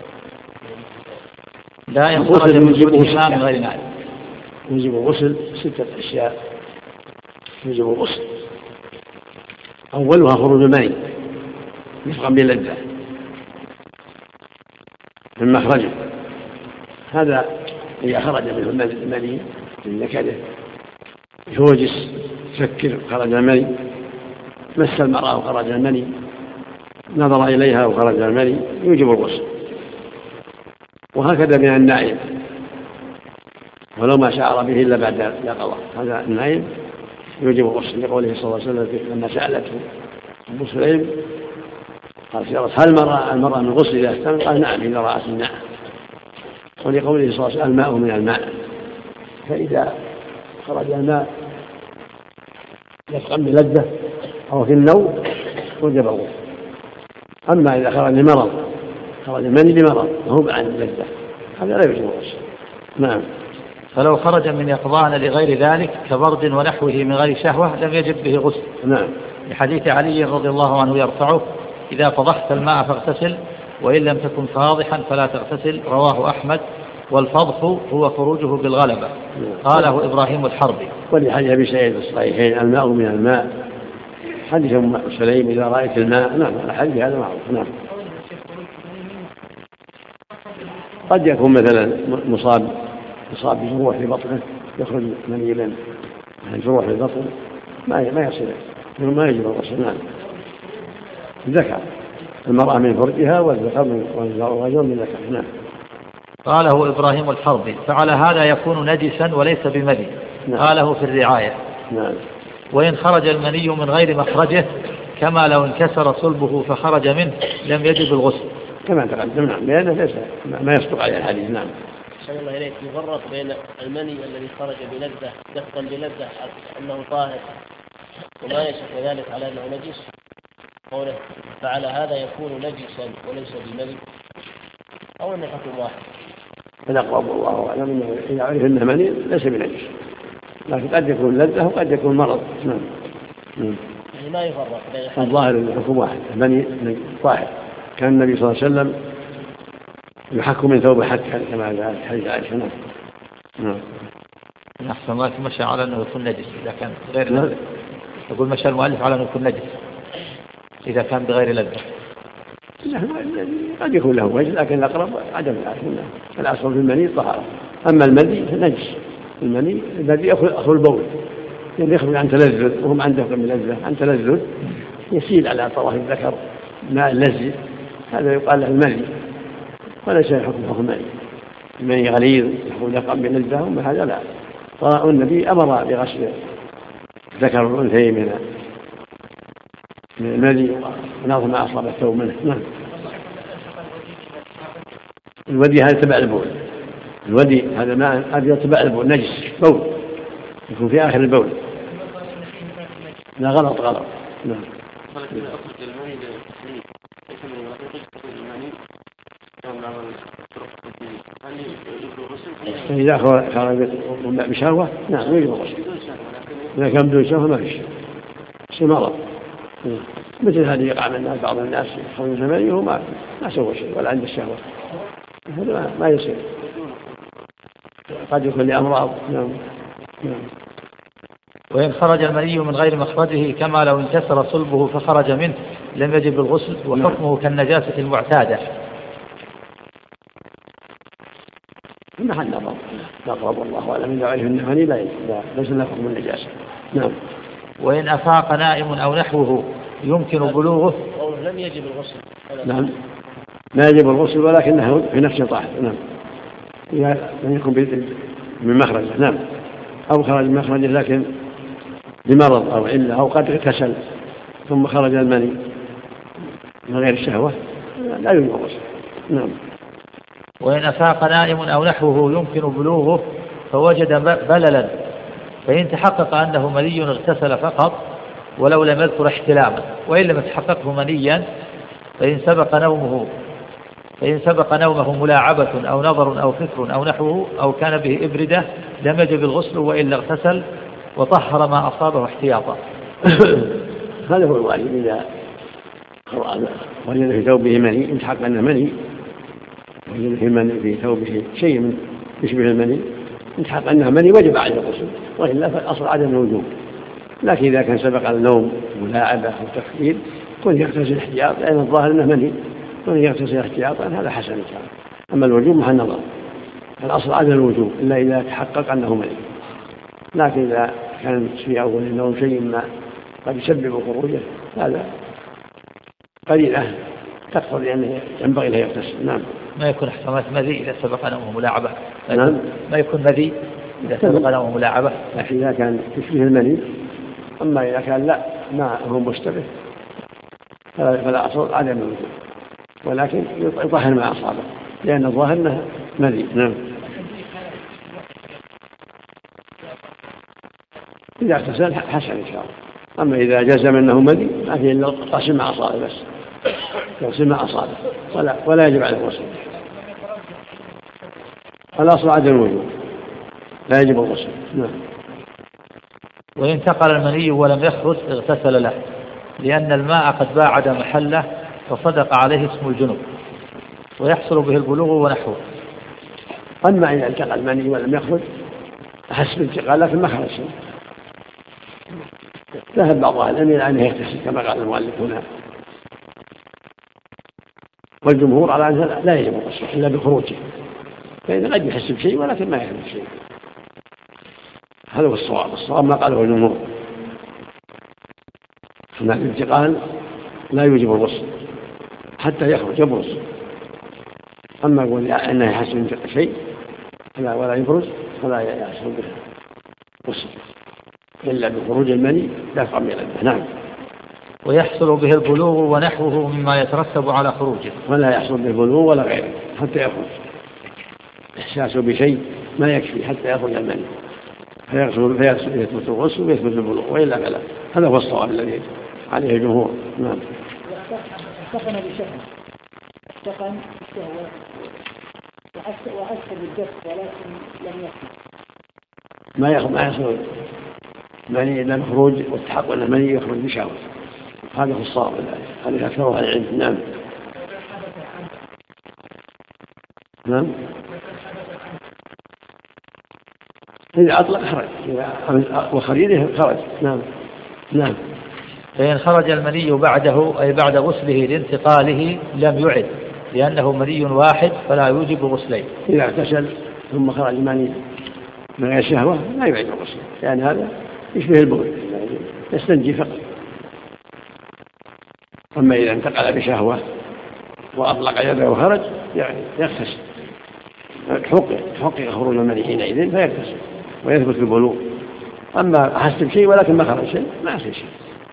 لا إن خرج بدونها من غير نائم. موجب الغسل ستة أشياء موجب الغسل. أولها خروج المني دفقا بلذة من مخرجه، هذا إذا خرج منه المني من نكده يوجس فكر خرج المني، مس المرأة وخرج المني، نظر إليها وخرج المني، يوجب الغسل. وهكذا من النائم ولو ما شعر به إلا بعد القضاء، هذا النائم يوجب الغسل لقوله صلى الله عليه وسلم لما سألته أم سليم قال يا رسول هل المرأة المرأة من الغسل إذا استمر؟ قال نعم إذا رأت الماء. ولقوله صلى الله عليه وسلم الماء من الماء، فإذا خرج الماء يسقم بلذة أو في النوم وجب الغسل. أما إذا خرج لمرض خرج المني لمرض وهو عن اللذة هذا لا يوجب الغسل. نعم. فلو خرج من يقظان لغير ذلك كبرد ونحوه من غير شهوة لم يجب به غسل. نعم. لحديث علي رضي الله عنه يرفعه إذا فضحت الماء فاغتسل وإن لم تكن فاضحا فلا تغتسل، رواه أحمد. والفضح هو خروجه بالغلبة. قاله إبراهيم الحربي. ولحديث أبي سعيد الصحيحين الماء من الماء، حديث أم سليم إذا رأيت الماء. نعم الحديث هذا معروف. نعم. قد يكون مثلا مصاب مصاب بجروح في بطنه يخرج مني من الجروح في البطن ما ما يصير ما يجب الغسل. نعم. ذكر المرأة من فرجها والذكر والرجل من ذكر. نعم. قاله إبراهيم الحربي. فعلى هذا يكون نجسا وليس بمني. نعم. قاله في الرعاية. نعم. وإن خرج المني من غير مخرجه كما لو انكسر صلبه فخرج منه لم يجب الغسل. كما تقدم نعم، لأنه ليس ما يصدق عليه الحديث. نعم. أحسن الله إليك. يفرق بين المني الذي خرج بلذة دفقا بلذة أنه طاهر وما يشك ذلك على أنه نجس، قوله فعلى هذا يكون نجسا وليس بمني، أو أن الحكم واحد. فالأقرب والله أعلم أنه إذا عرف أنه مني ليس بنجس، لكن قد يكون لذة وقد يكون مرض. نعم. يعني ما يفرق بين الظاهر أن الحكم واحد، المني طاهر. كان النبي صلى الله عليه وسلم يحك من ثوب حك كما جاء في حديث عائشة. نعم. نعم. أحسن الله مشى على أنه يكون نجس إذا كان غير لذة. يقول مشى المؤلف على أنه يكون نجس إذا كان بغير لذة. قد يكون له وجه، لكن الأقرب عدم العالم. الأصل في المني طهارة، أما المني نجس. المني الذي أخذ البول يعني يخرج عن تلذذ، وهم عنده من لذة عن تلذذ يسيل على طرف الذكر ماء اللذي، هذا يقال له المني، وليس يحكم حكم المني. المني غليظ يخرج يقام بلذة، وما هذا لا. قال النبي أمر بغسل ذكر الأنثى من من المني ونظر ما أصاب الثوب منه. نعم. الودي هذا تبع البول، الودي هذا ماء هذا تبع البول نجس بول يكون في آخر البول. لا غلط غلط. نعم. إذا خرج بشهوة نعم يجب الغسل، إذا كان بدون شهوة ما فيش شيء مرض. مثل هذه يقع من بعض الناس يخرج من المني وهو ما ما سوى شيء ولا عنده الشهوة، هذا ما يصير، قد يكون لأمراض. نعم. نعم. وإن خرج المني من غير مخرجه كما لو انكسر صلبه فخرج منه لم يجب الغسل، وحكمه كالنجاسة المعتادة. محل نظر، نقرب والله أعلم. إذا عرف المني لا ليس له حكم النجاسة. نعم. وإن أفاق نائم أو نحوه يمكن بلوغه لم يجب الغسل. نعم لا يجب الغسل، ولكنه في نفسه طاهر. نعم. إذا لم يكن من مخرجه. نعم. أو خرج من مخرجه لكن بمرض أو علة، أو قد اغتسل ثم خرج المني من غير الشهوة لا يجب الغسل. نعم. وإن أفاق نائم أو نحوه يمكن بلوغه فوجد بللا، فإن تحقق أنه مني اغتسل فقط ولو لم يذكر احتلاما، وإن لم يتحققه منيا فإن سبق نومه فإن سبق نومه ملاعبة أو نظر أو فكر أو نحوه أو كان به إبردة لم يجب الغسل وإلا اغتسل وطهر ما أصابه احتياطا. هذا هو الواجب. إذا وجد في ثوبه مني إن تحقق أنه مني، وجد في مني في ثوبه شيء من يشبه المني إن تحقق أنه مني وجب عليه الغسل، وإلا فالأصل عدم الوجوب. لكن إذا كان سبق النوم ملاعبة أو تفكير كن يغتسل احتياط، لأن الظاهر أنه مني كن يغتسل احتياطا، هذا حسن إن شاء الله. أما الوجوب محل نظر، الأصل عدم الوجوب إلا إذا تحقق أنه مني. لكن إذا كان في أول النوم شيء ما قد يسبب خروجه هذا قليلة تقتضي لأنه ينبغي له يغتسل. نعم. ما يكون احتمالات مذي إذا سبق نومه ملاعبة. نعم. ما يكون مذي إذا سبق نومه ملاعبة. لكن إذا كان تشبه المني. أما إذا كان لا ما هو مشتبه فلا أصل عدم الوجوب، ولكن يطهر ما أصابه لأن الظاهر أنه مني. نعم. إذا اغتسل حسن إن شاء الله. أما إذا جزم أنه مني ما فيه إلا غسل ما أصابه بس، يغسل ما أصابه ولا ولا يجب عليه الغسل. الأصل عدم الوجوب لا يجب الغسل. نعم. وإن انتقل المني ولم يخرج اغتسل له، لأن الماء قد باعد محله فصدق عليه اسم الجنوب ويحصل به البلوغ ونحوه. أما إذا انتقل المني ولم يخرج أحس بالانتقال لكن ما خرج شيء، ذهب بعض أهل العلم إلى أنه يغتسل كما قال المؤلف هنا، والجمهور على أنه لا يجب الغسل إلا بخروجه، فإذا قد يحس بشيء ولكن ما يحس بشيء. هذا هو الصواب. الصواب ما قاله الجمهور أن الانتقال لا يوجب الغسل حتى يخرج يبرز. أما يقول أنه يحس شيء ولا يبرز فلا يحصل به غسل إلا بخروج المني لا يقام إلى. نعم. ويحصل به البلوغ ونحوه مما يترتب على خروجه. ولا يحصل به البلوغ ولا غيره حتى يخرج، إحساسه بشيء ما يكفي حتى يخرج المني فيغسل فيثبت الغسل ويثبت البلوغ، وإلا فلا. هذا هو الصواب الذي عليه الجمهور. نعم. احتقن بشهوة احتقن بشهوة وحس بالدفء ولكن لم يحصل ما يخرج ما يحصل مني إلا الخروج والتحقق أن المني يخرج بشهوة. هذا هو الصواب هذا أكثر أهل العلم. نعم. نعم. إذا أطلق خرج، إذا وخريجه خرج. نعم. نعم. فإن خرج المني بعده أي بعد غسله لانتقاله لم يعد، لأنه مني واحد فلا يوجب غسلين. إذا اغتسل ثم خرج المني من غير شهوة لا يعد الغسل، لأن هذا يشبه البول يستنجي فقط. أما إذا انتقل بشهوة وأطلق يده وخرج يعني يغتسل، حقق حقق خروج المني حينئذ فيغتسل ويثبت البلوغ. أما أحس بشيء ولكن ما خرج شيء ما أحس شيء.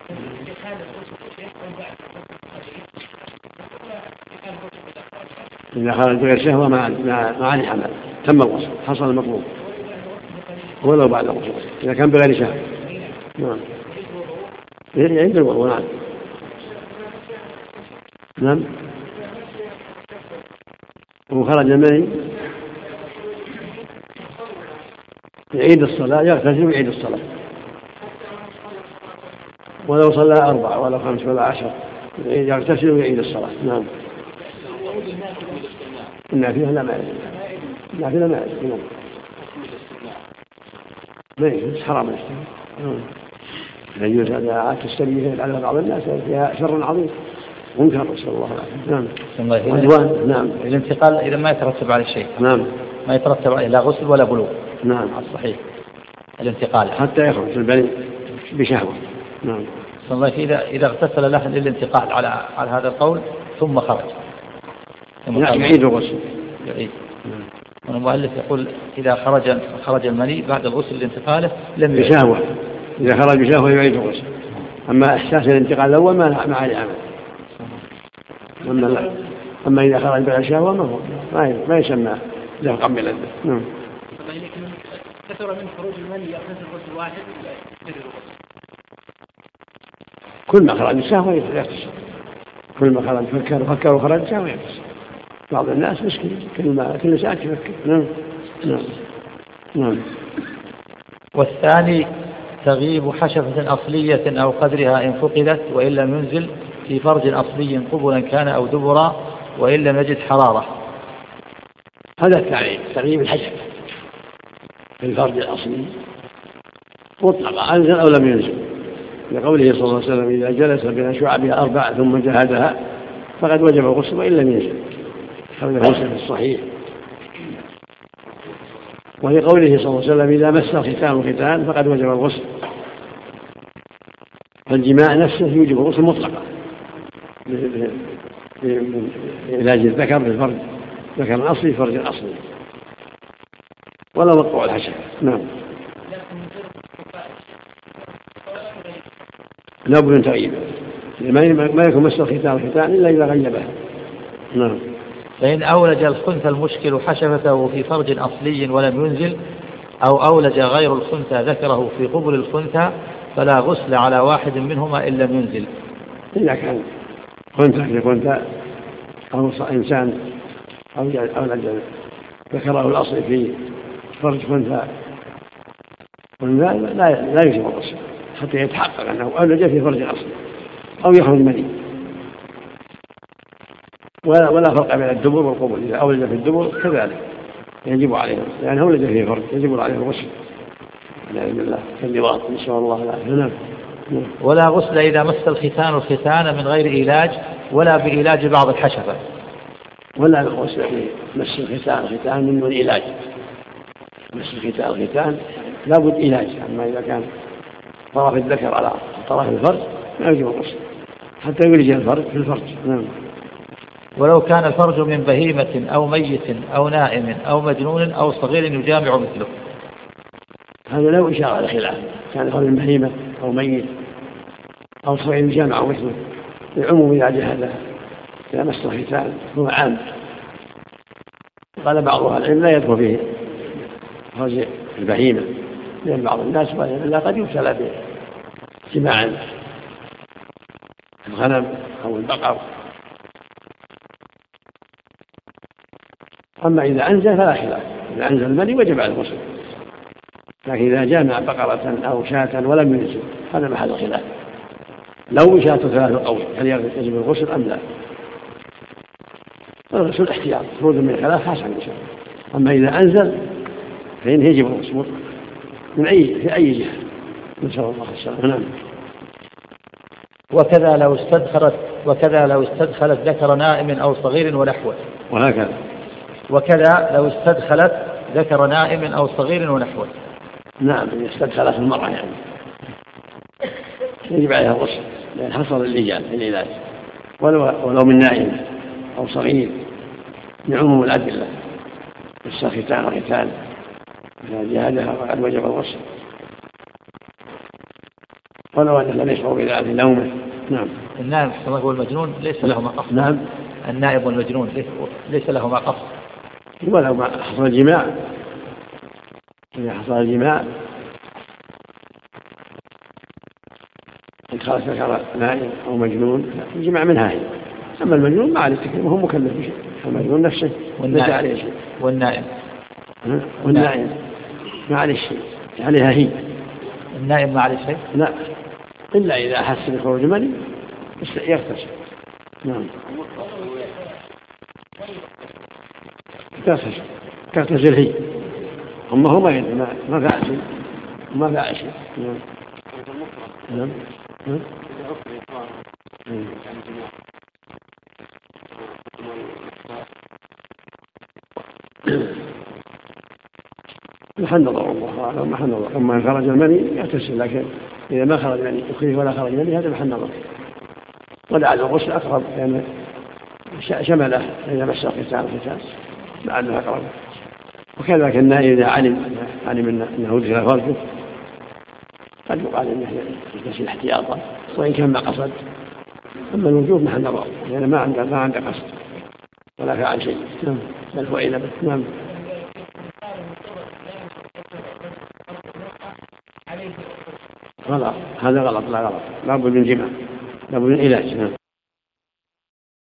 إذا خرج بغير شهوة مع مع الحمل تم الغسل، حصل المطلوب ولو بعد الغسل إذا كان بغير شهوة. نعم. يعيد الوضوء. نعم. نعم. وخرج المني يعيد الصلاة، يغتسل ويعيد الصلاة ولو صلى أربعة ولا خمس ولا عشر يغتسل ويعيد الصلاة. نعم. النافلة لا ما النافلة ما نعم ما يجوز، حرام الاستماع. لا يجوز هذا عادة السرية على بعض الناس فيها شر عظيم منكر، نسأل الله العافية. نعم. عدوان. نعم. الانتقال إذا ما يترتب عليه شيء. نعم. ما يترتب عليه لا غسل ولا بلوغ. نعم. الصحيح الانتقال حتى يخرج البني بشهوة. نعم. الله إذا إذا اغتسل له للانتقال على على هذا القول ثم خرج نعم يعيد الغسل. يعيد. والمؤلف يقول إذا خرج خرج المني بعد الغسل لانتقاله لم يعيد بشهوة. إذا خرج بشهوة يعيد الغسل. أما إحساس الانتقال الأول ما ما عليه عمل. أما أما إذا خرج بغير شهوة ما هو ما ما يسمى دفقا بلذة. نعم. كثر من خروج المني يغتسل غسل واحد كل ما خرج الشهوة يغتسل، كل ما خرج فكر فكر وخرج الشهوة يغتسل. بعض الناس مسكين كل ما كل ساعة يفكر. نعم. نعم. نعم. والثاني تغيب حشفة أصلية أو قدرها إن فقدت وإن لم ينزل في فرج أصلي قبلا كان أو دبرا وإن لم يجد حرارة. هذا التعريف تغيب الحشفة في الفرج الأصلي مطلقا أنزل أو لم ينزل، لقوله صلى الله عليه وسلم إذا جلس بين شعبها أربعة ثم جهدها فقد وجب الغسل وإن لم ينزل، هذا مسلم في الصحيح. ولقوله صلى الله عليه وسلم إذا مس الختان الختان فقد وجب الغسل، فالجماع نفسه يوجب الغسل مطلقا علاج الذكر في الفرج ذكر أصلي فرج أصلي ولا مقطوع الحشفة. نعم. لا بد أن تغيب ما يكون مس الختان الختان إلا إذا غيبها. نعم. فإن أولج الخنثى المشكل حشفته في فرج أصلي ولم ينزل أو أولج غير الخنثى ذكره في قبل الخنثى فلا غسل على واحد منهما إن لم ينزل. إذا كان خنثى خنثى أو إنسان أولج ذكره الأصل في فرج خنثى لا لا يجب الغسل حتى يتحقق أنه أولج في فرج أصلي أو يخرج مني. ولا ولا فرق بين الدبر والقبول، إذا أولج في الدبر كذلك يجب عليه لأنه أولج فيه فرج يجب عليه الغسل بإذن الله كالنظام إن شاء الله العافية. نعم. ولا غسل إذا مس الختان الختان من غير إيلاج ولا بإيلاج بعض الحشفة. ولا غسل في مس الختان الختان من دون علاج. مس الختان الختان لابد علاج، أما إذا كان طرف الذكر على طرف الفرج لا يجب الغسل حتى يولج الفرج في الفرج. نعم. ولو كان الفرج من بهيمة أو ميت أو نائم أو مجنون أو صغير يجامع مثله. هذا له إشارة على خلاف، كان الفرج من بهيمة أو ميت أو صغير جامع أو مثله لعموم ذلك هذا إذا مس الختان هو عام. قال بعض أهل العلم لا يدخل فيه فرج البهيمة، لأن بعض الناس لا قد يبتلى بجماع الغنم أو البقر. أما إذا أنزل فلا خلاف، إذا أنزل المني وجب على الغسل، لكن إذا جامع بقرة أو شاة ولم ينزل هذا محل الخلاف. لو شاة ثلاث قول هل يجب الغسل أم لا؟ الغسل احتياط خروج من الخلاف حسن إن شاء الله. أما إذا أنزل فإن يجب الغسل من أي في أي جهة. نسأل الله السلامة. نعم. وكذا لو استدخلت وكذا لو استدخلت ذكر نائم أو صغير ونحوه. وهكذا. وكذا لو استدخلت ذكر نائم أو صغير ونحوه. نعم استدخلت المرأة يعني يجب عليها الغسل لأن حصل الرجال في العلاج، ولو, ولو من نائم أو صغير لعموم الأدلة الختان وختان إذا جهدها وقد وجب الغسل، ولو أنه لم يشعر بذلك نومه. نعم. النائم والمجنون ليس لهما قصد. نعم. النائب والمجنون ليس لهما قصد، ولو ما حصل الجماع، إذا حصل الجماع إن خالف ذكر نائم أو مجنون الجماع منها هي. أما المجنون ما عليه تكليف وهو مكلف بشيء، المجنون نفسه ليس عليه شيء. والنائم والنائم ما عليه شيء، عليها هي. النائم ما عليه شيء؟ لا، إلا إذا أحس بخروج مني يغتسل. نعم. تغتسل تغتسل هي، أما هو ما يدري ما فعل شيء وما فعل شيء. نعم. نعم. نعم. محل نظر الله أعلم، محل نظر. أما إن خرج المني يغتسل، لكن إذا ما خرج مني أخيه ولا خرج مني هذا محل نظر. ولعل الغسل أقرب لأن يعني شمله إذا مس الختان الختان لعله أقرب. وكذلك النائم إذا علم علم أنه دخل فرجه قد يقال أنه يغتسل احتياطا وإن كان ما قصد. أما الوجوب محل نظر لأن يعني ما عنده ما عنده قصد ولا فعل شيء. نعم. بل هو إلى بس. نعم. غلط، هذا غلط، لا غلط، لا بد من جماع، لا بد من علاج.